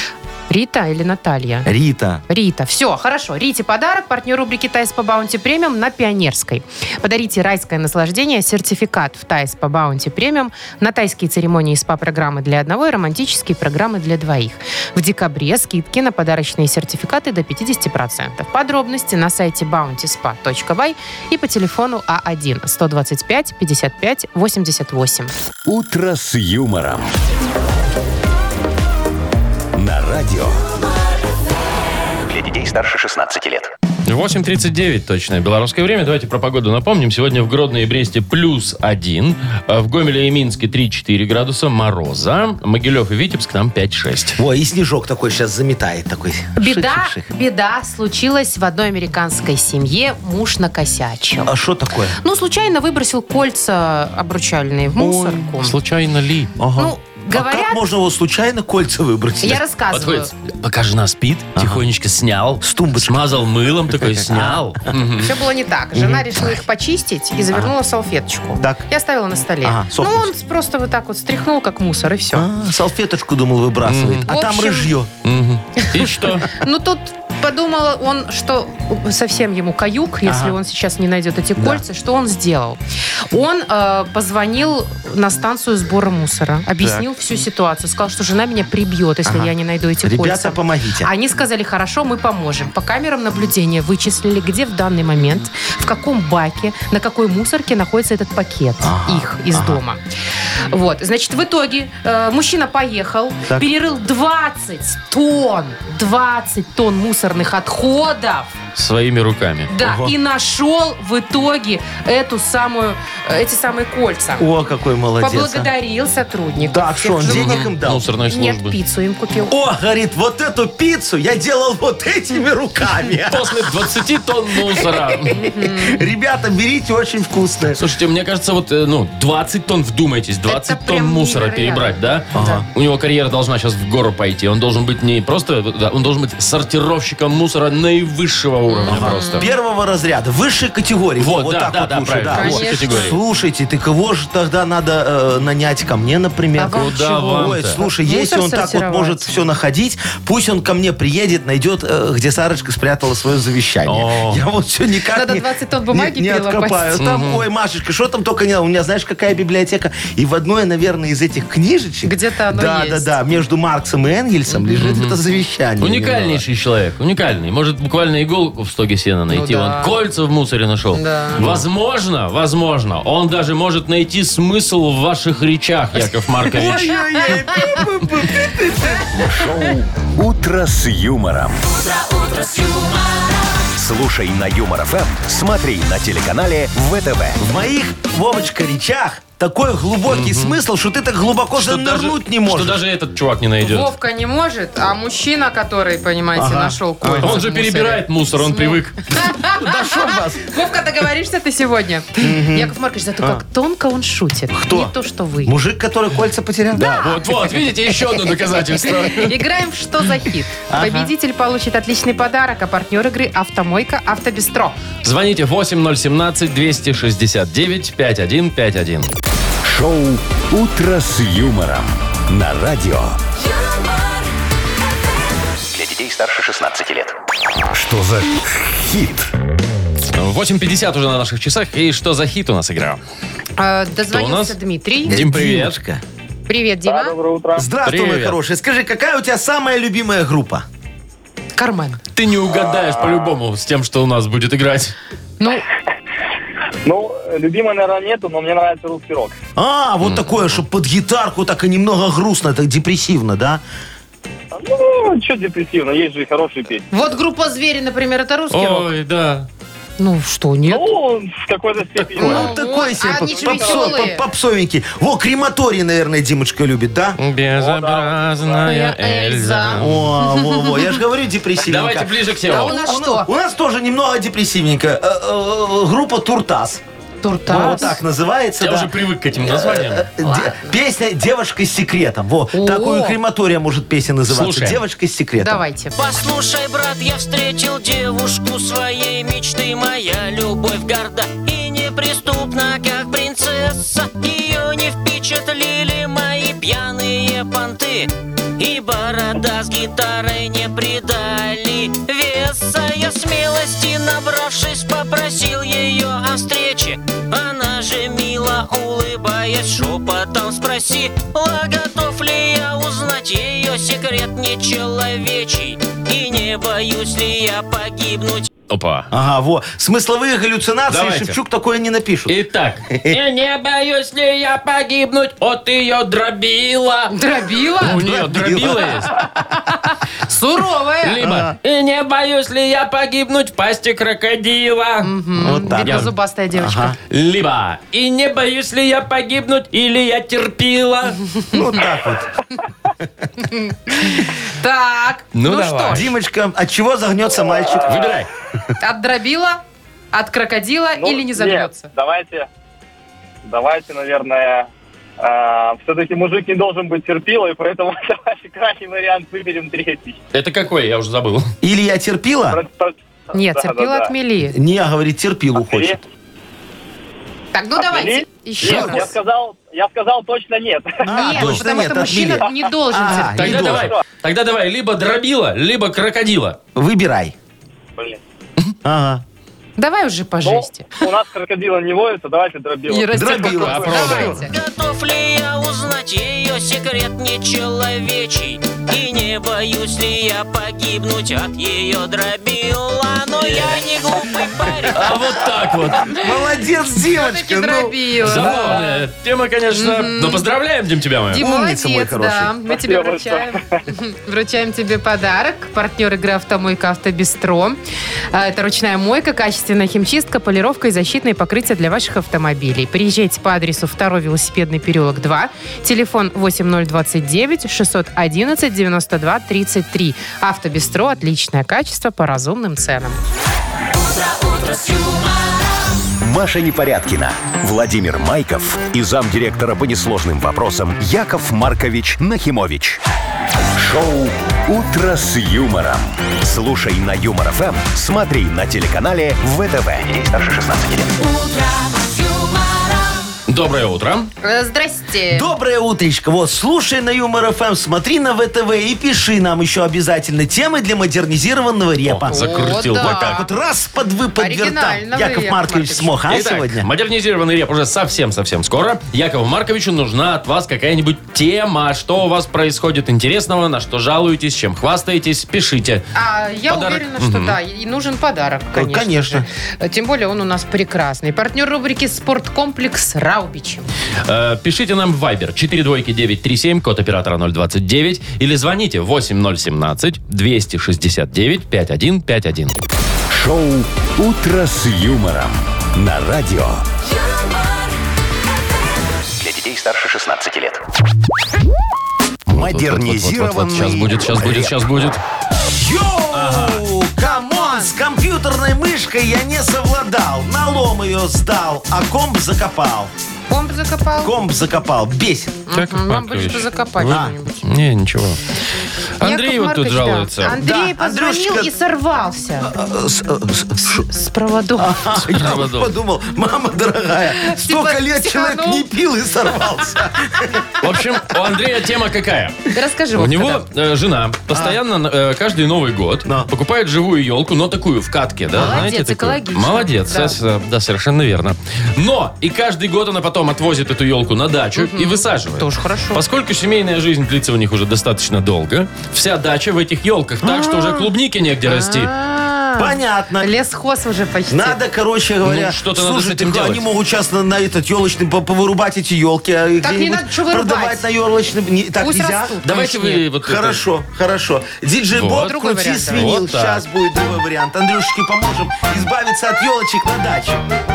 Рита или Наталья? Рита. Рита. Все, хорошо. Рите подарок. Партнер рубрики «Тайс по Баунти Премиум» на Пионерской. Подарите райское наслаждение, сертификат в «Тайс по Баунти Премиум» на тайские церемонии и СПА-программы для одного и романтические программы для двоих. В декабре скидки на подарочные сертификаты до пятьдесят процентов. Подробности на сайте баунти спа точка бай и по телефону А один сто двадцать пять пятьдесят пять восемьдесят восемь. «Утро с юмором». На радио. Для детей старше шестнадцати лет. восемь тридцать девять точное белорусское время. Давайте про погоду напомним. Сегодня в Гродно и Бресте плюс один. В Гомеле и Минске три-четыре градуса мороза. Могилев и Витебск там пять-шесть. Ой, и снежок такой сейчас заметает. Такой. Беда, Ших-ших-ших. беда случилась в одной американской семье. Муж накосячил. А что такое? Ну, случайно выбросил кольца обручальные в мусорку. Случайно ли? Ага. Ну, А как говорят, можно его случайно кольца выбросить? я Вот рассказываю. ходит, пока жена спит, тихонечко снял, С тумбочки. смазал мылом, такой снял. Мгм. Все было не так. Жена решила их почистить и завернула в салфеточку. Так. Я оставила на столе. Ага, ну, сохнуть. он просто вот так вот стряхнул, как мусор, и все. А, салфеточку, думал, выбрасывает. А В там общем- рыжье. Мгм. И что? Ну, тут подумал он, что совсем ему каюк, если Ага. он сейчас не найдет эти кольца, что он сделал? Он э, позвонил на станцию сбора мусора, объяснил всю ситуацию, сказал, что жена меня прибьет, если Ага. я не найду эти Ребята, кольца. помогите. Они сказали, хорошо, мы поможем. По камерам наблюдения вычислили, где в данный момент, в каком баке, на какой мусорке находится этот пакет Ага, их из ага. дома. Вот, значит, в итоге э, мужчина поехал, Так. перерыл двадцать тонн, двадцать тонн мусорных отходов. Своими руками. Да, Ого. и нашел в итоге эту самую, э, эти самые кольца. О, какой молодец. а. Поблагодарил сотрудников. Так, Всех что, он живых. денег им дал? Мусорной Нет, службы. пиццу им купил. О, говорит, вот эту пиццу я делал вот этими руками. После двадцати тонн мусора. Ребята, берите, очень вкусное. Слушайте, мне кажется, вот, э, ну, двадцать тонн, вдумайтесь, двадцать Это тонн прям мусора невероятно. перебрать, да? Ага. У него карьера должна сейчас в гору пойти. Он должен быть не просто, да, он должен быть сортировщиком мусора наивысшего уровня просто. Первого разряда, высшей категории. Вот, вот да, так да, вот да, лучше, правильно. да. Конечно. Вот. Категории. Слушайте, ты кого же тогда надо э, нанять ко мне, например? А вам Куда чего? вам? Ой, Вам-то. слушай, Мусор если он так вот сортировать. может все находить, пусть он ко мне приедет, найдет, э, где Сарочка спрятала свое завещание. О. Я вот все никак Надо не, двадцать тонн бумаги не, не перелопатить. откопаю. Там, ой, Машечка, что там только не... У меня, знаешь, какая библиотека? И в одной, наверное, из этих книжечек... Где-то оно да, есть. Да, да, между Марксом и Энгельсом лежит это завещание. Уникальнейший человек, уникальный. Может буквально иголку в стоге сена найти. Ну да. Он кольца в мусоре нашел. Да. Возможно, возможно, он даже может найти смысл в ваших речах, Яков Маркович. Шоу «Утро с юмором». Слушай на Юмор ФМ, смотри на телеканале ВТВ. В моих, Вовочка, речах такой глубокий смысл, что ты так глубоко Что даже, занырнуть не можешь. что даже этот чувак не найдет. Вовка не может, а мужчина, который, понимаете, Ага. нашел кольца Он в же мусоре. перебирает мусор, он Смог. привык. Да шо вас? Вовка, договоришься ты сегодня? Яков Маркович, зато как тонко он шутит. Кто? Не то, что вы. Мужик, который кольца потерял? Да, вот-вот, видите, еще одно доказательство. Играем в «Что за хит?». Победитель получит отличный подарок, а партнер игры «Автомойка Автобестро». Звоните восемь ноль семнадцать двести шестьдесят девять пятьдесят один пятьдесят один. Шоу «Утро с юмором» на радио. Для детей старше шестнадцати лет. Что за хит? восемь пятьдесят уже на наших часах. И что за хит у нас игра? А, у нас? Дозвонился Дмитрий. Дим, привет. Димочка. Привет, Да, Дима. доброе утро. Здравствуй, мой Привет. хороший. Скажи, какая у тебя самая любимая группа? Кармен. Ты не угадаешь по-любому с тем, что у нас будет играть. Ну, Ну, любимой, наверное, нету, но мне нравится русский рок. А, вот такое, что под гитарку так и немного грустно, так депрессивно, да? Ну, что депрессивно, есть же и хорошие песни. вот группа «Звери», например, это русский рок. Ой, да. Ну, что, нет? Ну, в какой-то степени. Ну, да. Ну, такой себе они же попсо- веселые. поп- попсовенький. Во, крематорий, наверное, Димочка любит, да? Безобразная Эльза. Эльза. О, во, во, я же говорю депрессивненько. Давайте ближе к А теме. у нас что? У нас тоже немного депрессивненько. Э, э, Группа «Туртас». Туртас. Вот так называется, Я да. уже привык к этим названиям. Э, де- Песня «Девушка с секретом». Во, О. такую крематория может песня называться. Слушаем. «Девушка с секретом». Давайте. Послушай, брат, я встретил девушку своей мечты. Моя любовь горда и неприступна, как принцесса. Ее не впечатлили мои пьяные понты, и борода с гитарой не придали веса. Я смелости набравшись, попросил ее о встрече. Она же мило улыбаясь, шепотом спросила, готов ли я узнать ее секрет нечеловечий, и не боюсь ли я погибнуть. Опа. Ага, во. Смысловые галлюцинации Давайте. Шевчук такое не напишут. Итак, и не боюсь ли я погибнуть от ее дробила. Дробила? У нее дробила есть. Суровая. Либо и не боюсь ли я погибнуть в пасти крокодила. Вот так. Видно, зубастая девочка. Ага. Либо и не боюсь ли я погибнуть или я терпила. Вот так вот. Так, Ну, ну, давай. что ж, Димочка, от чего загнется мальчик? Выбирай. от дробила, от крокодила Ну, или не загнется? Нет, давайте, давайте, наверное, все-таки мужик не должен быть терпилой, поэтому давайте крайний вариант выберем третий. Это какой? Я уже забыл. Или я терпила? Про- про- Нет, да, терпила да, да. отмели. Не, говорит, терпилу Отмели? хочет. Так, ну давайте, Отмели? еще Нет, я раз. сказал, я сказал точно нет. А, Нет, точно потому нет, что мужчина отмели. не должен А, терпеть. не Тогда должен. давай. Тогда давай. Либо дробила, либо крокодила. Выбирай. Блин. Ага. Давай уже по Ну, жести. у нас крокодила не водится, давайте дробила. Не растет дробила, кокос. попробуем. Давайте. Готов ли я узнать ее секрет нечеловечий, и не боюсь ли я погибнуть от ее дробила. Но я не глупый парень. А вот так вот. Молодец, Все-таки девочка. Ну, дробила. Забавная тема, конечно. Но поздравляем, Дим, тебя мы. Дим, Умница, мой молодец, хороший. да. Мы тебе Спасибо вручаем, вручаем тебе подарок. Партнер игры «Автомойка Автобестро». А, Это ручная мойка, качественная химчистка, полировка и защитные покрытия для ваших автомобилей. Приезжайте по адресу второй велосипедный переулок два. Телефон восемь ноль двадцать девять шестьсот одиннадцать девяносто два тридцать три. «Автобестро» – отличное качество по разумным ценам. Маша Непорядкина, Владимир Майков и замдиректора по несложным вопросам Яков Маркович Нахимович. Шоу «Утро с юмором». Слушай на Юмор ФМ, смотри на телеканале ВТВ. Ей старше шестнадцати лет. Доброе утро. Э, Здрасте. Доброе утречко. Вот, слушай на Юмор ФМ, смотри на ВТВ и пиши нам еще обязательно темы для модернизированного репа. О, закрутил О, да. плакат. Вот раз под выпад Оригинально вы, Яков Яков Маркович Маркович. смог, а Итак, сегодня? модернизированный реп уже совсем-совсем скоро. Якову Марковичу нужна от вас какая-нибудь тема. Что у вас происходит интересного, на что жалуетесь, чем хвастаетесь, пишите. А я Подарок. уверена, что да, и нужен подарок, конечно. конечно. же. Тем более он у нас прекрасный. Партнер рубрики «Спорткомплекс Раубичи». Э, пишите нам в Viber четыре двойки девять три семь, код оператора ноль двадцать девять, или звоните восемь ноль семнадцать двести шестьдесят девять пятьдесят один пятьдесят один. Шоу «Утро с юмором» на радио. Для детей старше шестнадцати лет. Модернизированный Сейчас будет, сейчас будет, сейчас будет. Йоу! Камон! С компьютерной мышкой я не совладал. Налом ее сдал, а комп закопал. Комп закопал? Комп закопал. Бесит. Яков Мгм, Вам бы Маркович. что закопать А. что-нибудь. Не, ничего. Андрей Яков вот тут Маркович, да. жалуется. Андрей Да, позвонил Андрюшечка- и сорвался А, с- э, с- с- с проводов. А, Я проводов. подумал, мама дорогая, столько Типа лет человек психанул. не пил и сорвался. В общем, у Андрея тема какая? Расскажи, У Вовка, него да. э, жена постоянно э, каждый Новый год Да. покупает живую елку, но такую в катке, да? Молодец, знаете, такую? экологично. Молодец, Да. с- э, да, совершенно верно. Но и каждый год она потом отвозит эту елку на дачу и высаживает. Тоже хорошо. Поскольку семейная жизнь длится у них уже достаточно долго, вся дача в этих елках, так что уже клубники негде расти. А, Понятно. Лесхоз уже почти. Надо, короче говоря, Ну, что-то надо с слушай, этим так делать. они могут сейчас на, на этот елочный по- повырубать эти елки, а не где-нибудь надо, что вырубать? продавать на елочный. Не, так Пусть нельзя? растут. Давайте Конечно, вы нет. вот это- Хорошо, хорошо. Диджей Вот. Боб, Другой крути вариант, давай. свинил. Вот так. Сейчас будет другой вариант. Андрюшечке поможем избавиться от елочек на даче.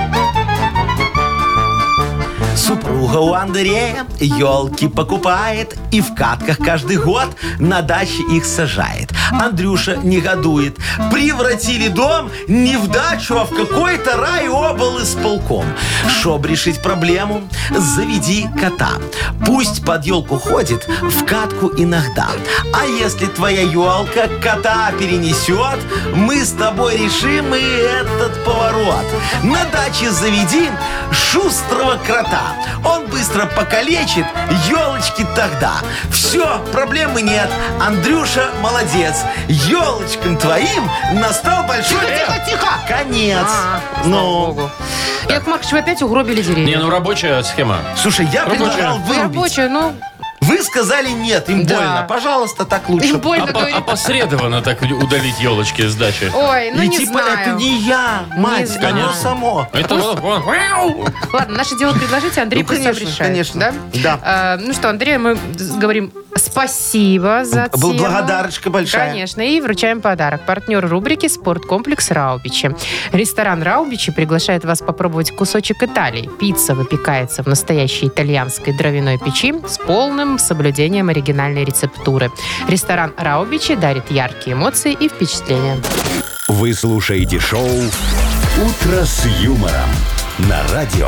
Супруга у Андрея елки покупает и в катках каждый год на даче их сажает. Андрюша негодует. Превратили дом не в дачу, а в какой-то рай обл исполком. Чтоб решить проблему, заведи кота. Пусть под елку ходит в катку иногда. А если твоя елка кота перенесет, мы с тобой решим и этот поворот. На даче заведи шустрого крота. Он быстро покалечит елочки тогда. Все, проблемы нет. Андрюша молодец. Елочкам твоим настал большой... Тихо, тихо, тихо! Конец. А, слава Ну, богу. Яков Маркович, вы опять угробили деревья. Не, ну рабочая схема. слушай, я предлагал Вы вырубить. рабочая, ну, Вы сказали нет, им Да. больно. Пожалуйста, так лучше. им больно Опо- говорит. Опосредованно так удалить елочки с дачи. Ой, ну И не типа знаю. это не я, мать, знаю. оно Конечно. само. Это вот, вон. Ладно, наше дело предложить, Андрей Ну, пусть сам конечно, решает. конечно. Да? Да. А, ну что, Андрею мы говорим спасибо за Был тему. благодарочка большая. Конечно, и вручаем подарок. Партнер рубрики «Спорткомплекс Раубичи». Ресторан Раубичи приглашает вас попробовать кусочек Италии. Пицца выпекается в настоящей итальянской дровяной печи с полным соблюдением оригинальной рецептуры. Ресторан Раубичи дарит яркие эмоции и впечатления. Вы слушаете шоу «Утро с юмором» на радио.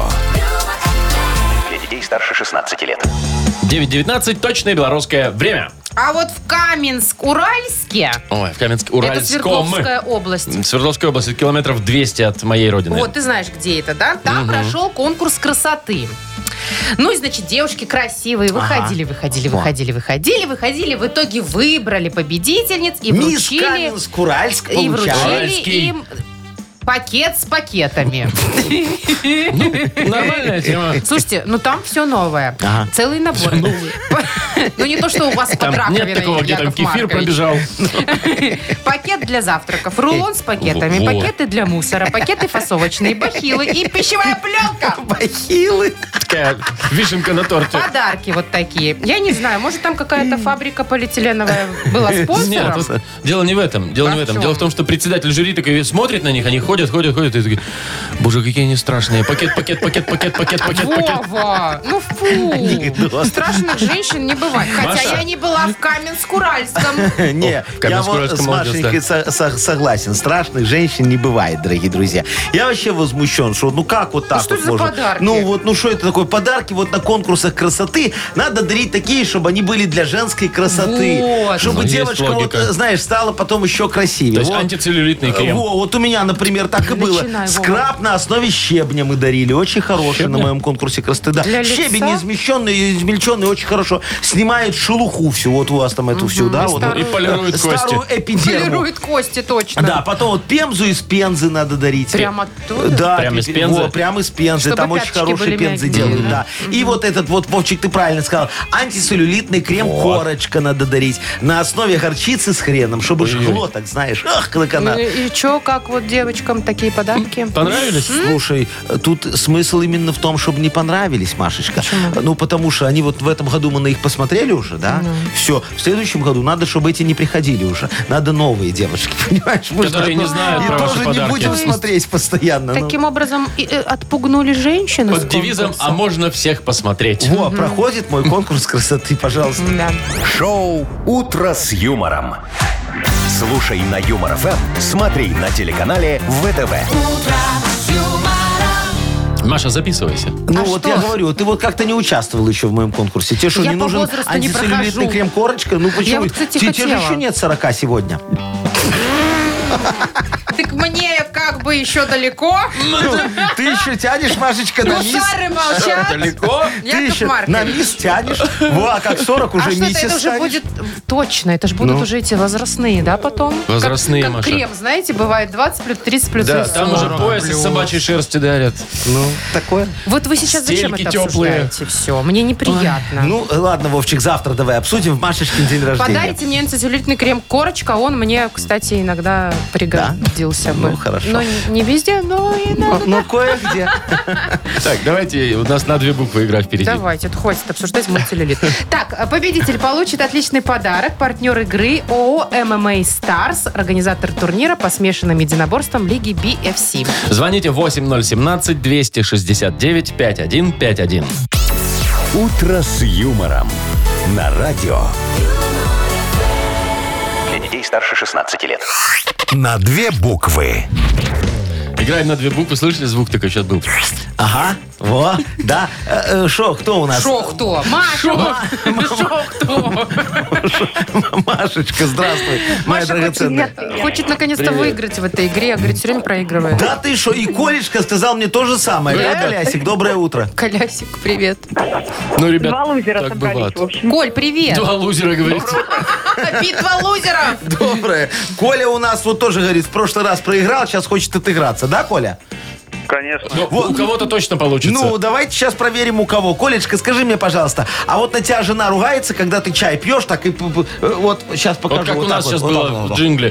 Для детей старше шестнадцати лет. девять девятнадцать, точное белорусское время. А вот в Каменск-Уральске, Ой, в это Каменск-Уральском. Свердловская область. Свердловская область, это километров двести от моей родины. Вот, ты знаешь, где это, да? Там прошел конкурс красоты. Ну, и, значит, девушки красивые выходили, выходили, выходили, выходили, выходили. В итоге выбрали победительниц и Мисс вручили, Каменск-Уральск и получает. вручили Уральский. им пакет с пакетами. Нормальная тема. Слушайте, ну там все новое. Ага. Целый набор. Ну, не то, что у вас под Там раковиной, нет такого, где там Яков кефир Маркович. пробежал. Пакет для завтраков, рулон с пакетами, Вот. пакеты для мусора, пакеты фасовочные, бахилы и пищевая пленка. Бахилы. Такая вишенка на торте. Подарки вот такие. Я не знаю, может, там какая-то фабрика полиэтиленовая была Нет, спонсором? тут дело не в этом. Дело А не в в этом. чем? Дело в том, что председатель жюри такой смотрит на них, они ходят ходят, ходят, ходят, и такие, боже, какие они страшные. Пакет, пакет, пакет, пакет, пакет, пакет, пакет. Вова, ну фу. Страшных женщин не бывает. Хотя Маша. я не была в Каменск-Уральском. Не, О, я Каменск-Уральском вот с молодец, Машенькой со- со- согласен. Страшных женщин не бывает, дорогие друзья. Я вообще возмущен, что ну как вот так что вот же за можно? подарки? Ну вот, ну что это такое? Подарки вот на конкурсах красоты надо дарить такие, чтобы они были для женской красоты. Вот. Чтобы Ну, есть девочка, вот, логика. знаешь, стала потом еще красивее. То есть Вот. антицеллюлитный крем. Во, вот у меня, например, так и было. Начинай, Вова. Скраб на основе щебня мы дарили. Очень хороший на моем конкурсе красоты. Да. Для лица? Щебень измельченный, измельченный, очень хорошо. Снимает шелуху всю. Вот у вас там эту всю, да? Вот, старую- И полирует старую кости. эпидерму. Полирует кости, точно. Да, потом вот пемзу из пензы надо дарить. Прям оттуда? Да, Прям из пи- пензы? во, прям из пензы. Чтобы Там очень пяточки хорошие были пензы мягкие, делают, да? да. И вот этот вот, Вовчик, ты правильно сказал, антицеллюлитный крем корочка надо дарить на основе горчицы с хреном, чтобы жгло, так знаешь. Ах, как Ну, она. и что, как вот девочкам такие подарки? Понравились? Слушай, тут смысл именно в том, чтобы не понравились, Машечка. Ну, потому что они вот в этом году мы на их посмотрели уже, да? Все. В следующем году надо, чтобы эти не приходили уже. Надо новые девочки, понимаешь? Мы же Которые не такое- знают и про ваши тоже не подарки. будем смотреть постоянно. ну. Таким образом и, э, отпугнули женщину с Под девизом конкурса. «А можно всех посмотреть». Во, проходит мой конкурс красоты, пожалуйста. Да. Шоу «Утро с юмором». Слушай на Юмор ФМ, смотри на телеканале ВТВ. Маша, записывайся. Ну А вот что? я говорю, ты вот как-то не участвовал еще в моем конкурсе. Тебе что, Я не по нужен возрасту не антицеллюлитный прохожу. крем-корочка? Ну почему? вот, кстати, Тебе тебе же хотела. еще нет сорока сегодня. Так мне как бы еще далеко. Ты еще тянешь, Машечка, на мисс. Гусары молчат. Далеко? Ты Яков еще Маркович. на мисс тянешь. Во, а как сорок А уже что это, миссис это уже станешь. будет точно, это же будут Ну. уже эти возрастные, да, потом? Возрастные, как, как Маша. крем, знаете, бывает двадцать плюс, тридцать плюс. Да, и там уже сорок пояс из плюс. собачьей шерсти дарят. Ну, такое. Вот вы сейчас зачем Стельки это теплые. обсуждаете? Все, мне неприятно. Ну, ладно, Вовчик, завтра давай обсудим в Машечкин день рождения. Подарите мне антицеллюлитный крем корочка, он мне, кстати, иногда пригодился бы. Ну, хорошо. Но не- не везде, но иногда. Ну, ну, кое-где. Так, давайте, у нас на две буквы игра впереди. Давайте, это хватит обсуждать мой целлюлит. Так, победитель получит отличный подарок. Партнер игры ООО эм эм эй Stars, организатор турнира по смешанным единоборствам Лиги би эф си. Звоните восемь ноль семнадцать двести шестьдесят девять пятьдесят один пятьдесят один. «Утро с юмором» на радио. Для детей старше шестнадцати лет. На две буквы. Играем на две буквы. Слышали, звук такой сейчас был? Ага, во, да. Шо, кто у нас? Шо кто? Маша! Шо кто? Машечка, здравствуй, моя Маша драгоценная. хочет, хочет наконец-то Привет. выиграть в этой игре, а говорит, все время проигрывает. Да ты что, и Колечка сказал мне то же самое. Да? Да, Колясик, доброе утро. Колясик, привет. Ну, ребят, Два лузера так собрались, бывает. в общем. Коль, привет. Два лузера, говорится. Битва лузеров. Доброе. Коля у нас вот тоже, говорит, в прошлый раз проиграл, сейчас хочет отыграться, да, Коля? Конечно. Ну, у кого-то точно получится. Ну, давайте сейчас проверим, у кого. Колечка, скажи мне, пожалуйста, а вот на тебя жена ругается, когда ты чай пьешь, так и... п- п- Вот сейчас покажу. вот как у так нас вот, сейчас вот было так вот, в вот. джингле.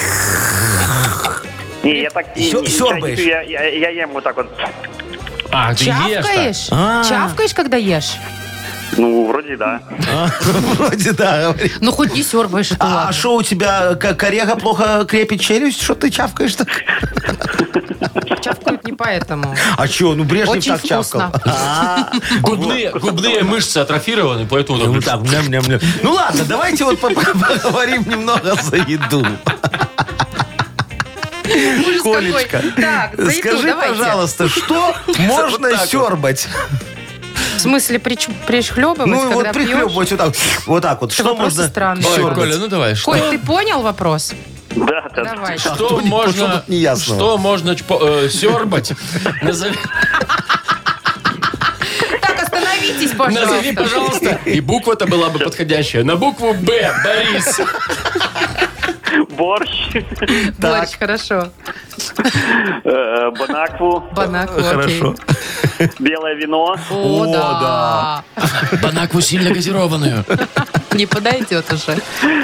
Не, я так не, Сё- не- сёрбаешь? я, я, я ем вот так вот. А, ты ешь Чавкаешь? А. Чавкаешь, когда ешь? Ну, вроде да. Вроде да, говорит. Ну, хоть не сербаешь, это А ладно. что у тебя, к- корега плохо крепит челюсть? Что ты чавкаешь так? Чавкают не поэтому. А что, ну Брежнев Очень так чавкал. вкусно. А, Губные, губные мышцы атрофированы, поэтому... так вот так, ням-ням-ням. Ну ладно, давайте вот по- по- поговорим немного за еду. Ужас Колечка, какой. Так, за еду скажи, давайте. пожалуйста, что можно сербать? В смысле, прич- пришхлебывать, Ну, когда вот пьешь? прихлебывать вот так. Вот так вот. Что вопросы можно странные. Ой, сербать? Коля, ну давай. Что, Коль, ты понял вопрос? Да, да. Давай. что что можно... тут неясного? Что можно чпо- э, сербать? Назови, Так, остановитесь, назови, пожалуйста. пожалуйста. И буква-то была бы подходящая. На букву Б. Борис. Борщ, Борщ, хорошо. э, банакву, Банаку, окей. Хорошо. белое вино. О, да. Банакву сильно газированную. Не подойдет уже.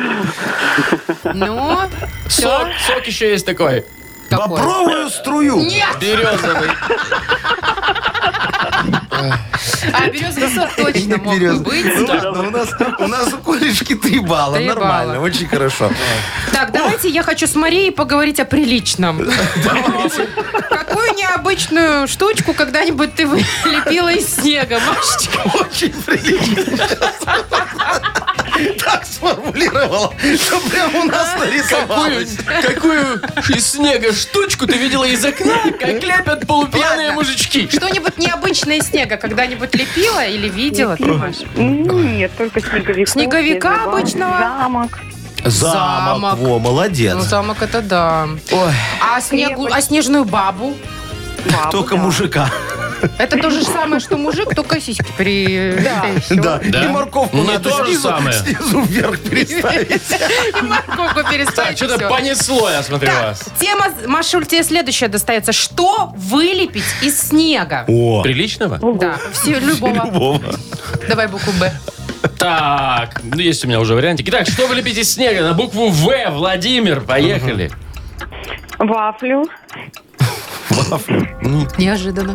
Ну, Сок, сок еще есть такой. какой? Бобровую струю. Нет, Березовый. березовый сок точно мог бы Берез- быть. Ну ладно, у нас, у нас у Колечки три балла. Три Нормально, балла. очень хорошо. Так, давайте я хочу с Марией поговорить о приличном. Какую необычную штучку когда-нибудь ты вылепила из снега, Машечка? Очень прилично. Так сформулировала, что прямо у нас нарисовалось. Какую из снега штучку ты видела из окна, как лепят полупьяные Ладно. мужички? Что-нибудь необычное из снега когда-нибудь лепила или видела, ты, Маш? Нет, только снеговик. Снеговика обычного? Замок. Замок. Замок. Во, молодец. Ну, замок это да. Ой, А, снегу, а снежную бабу? Бабу, только да. мужика. Это то же самое, что мужик, только сиськи при... Да. Да. Да? И морковку Не надо то же снизу, самое. снизу вверх переставить. И морковку Так, переставить. что-то всё. понесло, я смотрю Так, вас. тема, Машуль, тебе следующая достается. Что вылепить из снега? О, Приличного? Да, все, любого. любого. Давай букву Б. Так, ну есть у меня уже вариантик. Итак, что вы лепите из снега? На букву В. Владимир, поехали. Вафлю. Неожиданно.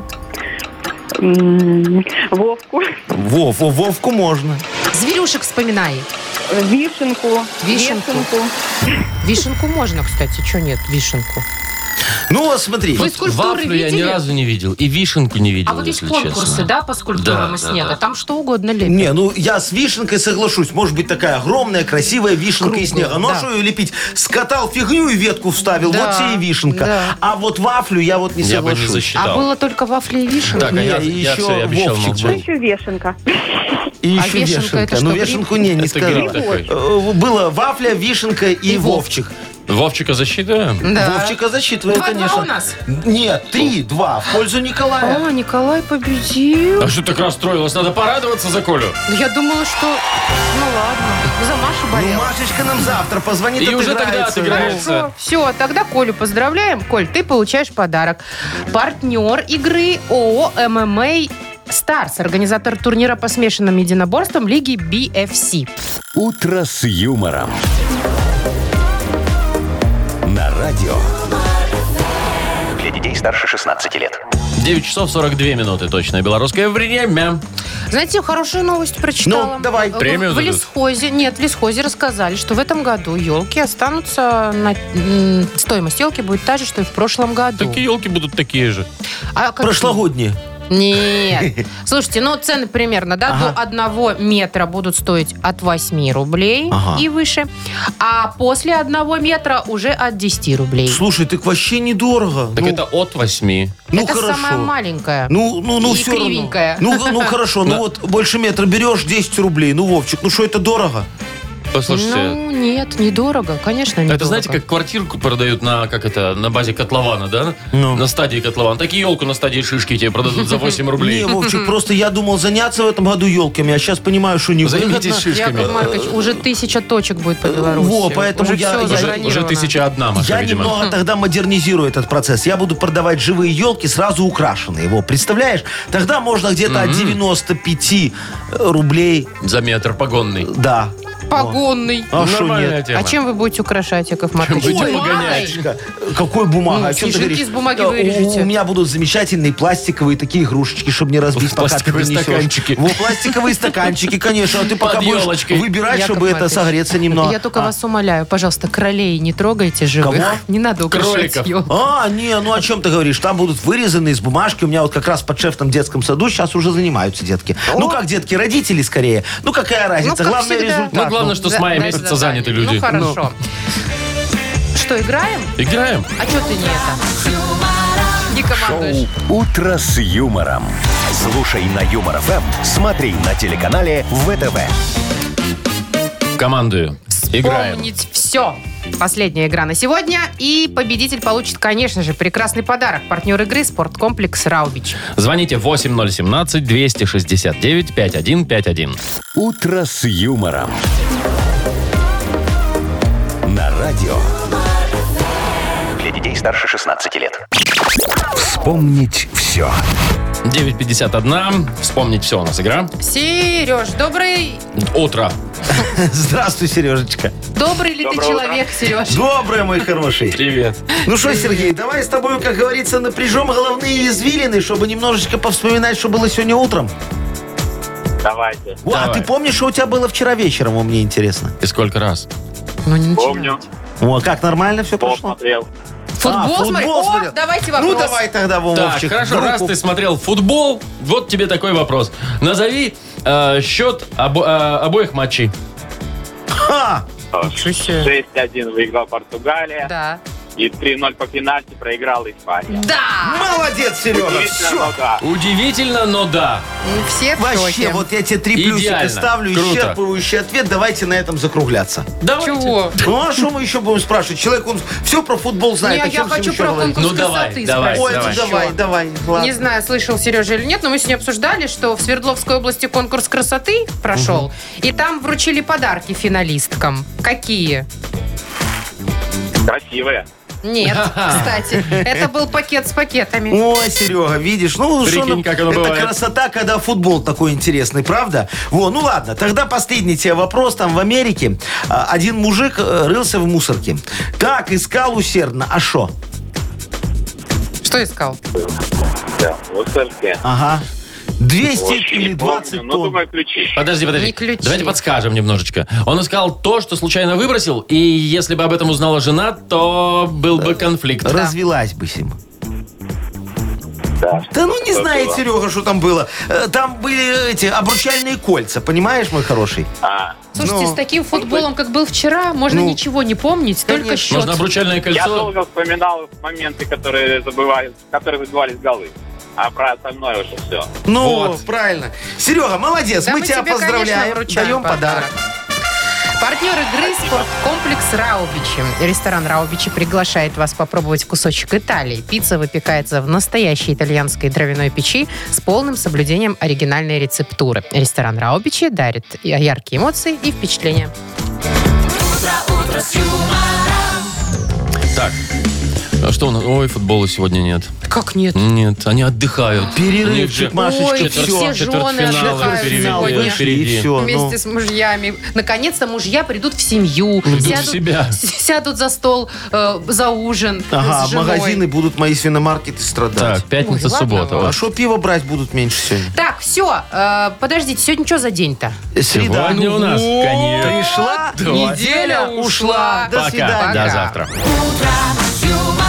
М, Вовку. Вов, о, Вовку можно. Зверюшек вспоминай. Вишенку. Вишенку. Вешенку. Вишенку можно, кстати. Что нет, вишенку? Ну, вот смотри. Вы скульптуры Вафлю я ни видели? разу не видел. И вишенку не видел, А вот есть если конкурсы, честно. да, по скульптурам Да, из да, снега? да. Там что угодно лепят. Не, ну я с вишенкой соглашусь. Может быть такая огромная, красивая вишенка из Круглая, снега. Ну а да. что ее лепить? Скатал фигню и ветку вставил. Да, Вот тебе и вишенка. да. А вот вафлю я вот не Я бы не соглашусь. засчитал. А было только вафли и вишенка? Так, а Не, я, и я еще все, я обещал Вовчик молчать. Еще вешенка. И А еще вишенка вишенка. это что, Ну гриб? вишенку не, не Это сказала. гриб такой. Э, Было вафля, вишенка и, И Вовчик. Вовчика засчитаем? Да. Вовчика засчитываем, Два-два конечно. у нас? Нет, три-два в пользу Николая. О, Николай победил. А что так расстроилась? Надо порадоваться за Колю. Ну, я думала, что... Ну, ладно. За Машу Ну, болела. Машечка нам завтра позвонит, И уже тогда отыграется. отыграется. Все, тогда Колю поздравляем. Коль, ты получаешь подарок. Партнер игры ООО эм эм а Старс, организатор турнира по смешанным единоборствам лиги би эф си. «Утро с юмором». На радио. Для детей старше шестнадцати лет. девять часов сорок две минуты, точное белорусское время. Знаете, хорошую новость прочитала. Ну, давай. В- Премию В дадут? лесхозе, нет, в лесхозе рассказали, что в этом году елки останутся, на, м, стоимость елки будет та же, что и в прошлом году. Так и елки будут такие же. А какие? Прошлогодние. Нет. Слушайте, ну цены примерно, да, Ага. до одного метра будут стоить от восьми рублей Ага. и выше, а после одного метра уже от десяти рублей. Слушай, так вообще недорого. Так ну, это от восьми. ну, Это хорошо. самая маленькая. Ну, ну, ну, И все равно. кривенькая. Ну, ну, хорошо, ну вот больше метра берешь, десять рублей. Ну, Вовчик, ну что это дорого? Послушайте, Ну, нет, недорого, конечно, недорого. это знаете, как квартирку продают на, как это, на базе котлована, да? Ну. На стадии котлована. Так и елку на стадии шишки тебе продадут за восемь рублей. Не, Вовчик, просто я думал заняться в этом году елками, а сейчас понимаю, что не Займитесь выгодно. шишками. Яков Маркович, уже тысяча точек будет по Беларуси. Во, поэтому уже я- все я- Уже, забронировано. уже тысяча одна, Маша, Я видимо. немного тогда модернизирую этот процесс. Я буду продавать живые елки сразу украшенные. Во, представляешь? Тогда можно где-то от девяноста пяти рублей. За метр погонный. Да. Погонный. А что Нормальная нет? тема. А чем вы будете украшать, Яков Маркович? будете Ой, погонять? бумагой? Какой бумага? Ну, О чем ты снежинки говоришь? из бумаги Да, вырежете. У, у меня будут замечательные пластиковые такие игрушечки, чтобы не разбить, пока ты Пластиковые принесешь. стаканчики. Во, пластиковые стаканчики, конечно. А ты пока Под будешь елочкой. выбирать, Яков чтобы это Маркович, согреться немного. Я только А. вас умоляю, пожалуйста, кролей не трогайте живых. Кого? Не надо украшать Кроликов. ее. А, не, ну о чем ты говоришь? Там будут вырезаны из бумажки. У меня вот как раз под шефном детском саду сейчас уже занимаются детки. Ну как детки, родители скорее. Ну какая разница? как Главное всегда. результат. Ну, главное, что с За- мая дай месяца задание. заняты люди. Ну, хорошо. Что, играем? Играем? А что ты не это? Не командуешь. «Утро с юмором». Слушай на Юмор ФМ, смотри на телеканале ВТВ. Командую. Играем. Помнить все. Последняя игра на сегодня. И победитель получит, конечно же, прекрасный подарок. Партнер игры «Спорткомплекс Раубич». Звоните восемь ноль семнадцать двести шестьдесят девять пятьдесят один пятьдесят один. «Утро с юмором». На радио. Для детей старше шестнадцати лет. Вспомнить все. девять пятьдесят один. Вспомнить все у нас игра. Сереж, добрый, Утро. Здравствуй, Сережечка. добрый ли ты Доброе человек, Сереж? Добрый мой хороший. Привет. Ну что, Сергей, давай с тобой, как говорится, напряжем головные извилины, чтобы немножечко повспоминать, что было сегодня утром. Давайте. О, а Давай. ты помнишь, что у тебя было вчера вечером, мне интересно? И сколько раз? Ну, не Помню. О, как нормально все Пол прошло? смотрел. Футбол, А, смотри. футбол О, смотрел. давайте вопрос. Ну, давай тогда, Так, Вовчик. хорошо, группу. раз ты смотрел футбол, вот тебе такой вопрос. Назови э, счет обо- э, обоих матчей. Ха! Ничего себе. шесть один выиграла Португалия. Да. И три ноль по пенальти проиграла Испания. Да! Молодец, Серега. Удивительно, Всё. но да. Удивительно, но да. Все в Вообще, шоке. вот я тебе три плюсика Идеально. ставлю, Круто. исчерпывающий ответ. Давайте на этом закругляться. Давайте. Чего? Ну, а что мы еще будем спрашивать? Человек, он все про футбол знает. Не, о я чем с ним хочу еще про говорить? конкурс Ну, давай, красоты давай. спросить. Ой, это еще. давай, давай. Ладно. Не знаю, слышал Сережа или нет, но мы сегодня обсуждали, что в Свердловской области конкурс красоты прошел, и там вручили подарки финалисткам. Какие? Красивые. Нет, кстати. Это был пакет с пакетами. Ой, Серега, видишь, ну Прикинь, что, ну, как оно это бывает. красота, когда футбол такой интересный, правда? Во, ну ладно, тогда последний тебе вопрос. Там в Америке а, один мужик э, рылся в мусорке. Так, искал усердно. А что? Что искал? Да, вот сорке. Ага. двести Очень или не двадцать помню. Ну, тонн. думаю, ключи. Подожди, подожди. Не ключи. Давайте подскажем немножечко. Он искал то, что случайно выбросил, и если бы об этом узнала жена, то был бы конфликт. Развелась бы с ним. Да. Да ну не Что знает было? Серега, что там было. Э, Там были эти обручальные кольца, понимаешь, мой хороший? А, Слушайте, Ну, с таким футболом, как был вчера, можно Ну, ничего не помнить, только конечно. счет. Можно обручальное я кольцо. долго вспоминал моменты, которые забывали, в которых забывались голы. А про остальное уже все. Ну, Вот. правильно. Серега, молодец, Да мы, мы тебя тебе, конечно, поздравляем. вручаем Даем подарок. Партнер игры «Спорткомплекс Раубичи». Ресторан Раубичи приглашает вас попробовать кусочек Италии. Пицца выпекается в настоящей итальянской дровяной печи с полным соблюдением оригинальной рецептуры. Ресторан Раубичи дарит и яркие эмоции и впечатления. Так. А что у нас? Ой, футбола сегодня нет. Как нет? Нет, они отдыхают. Перерывчик, У них же Машечка, Ой, четверть- все жены четвертьфиналы отдыхают впереди, сегодня. впереди. И все. Вместе с мужьями. Наконец-то мужья придут в семью. Придут в сядут, себя. с- сядут за стол, э, за ужин Ага, с женой. магазины будут мои свиномаркеты страдать. Так, пятница, Ой, ладно суббота. вам. А вот. что пиво брать будут меньше сегодня? Так, все, подождите, сегодня что за день-то? Среда. Сегодня у нас вот, конец. Пришла, Неделя ушла. До Пока. свидания. До завтра. Утро с юмором.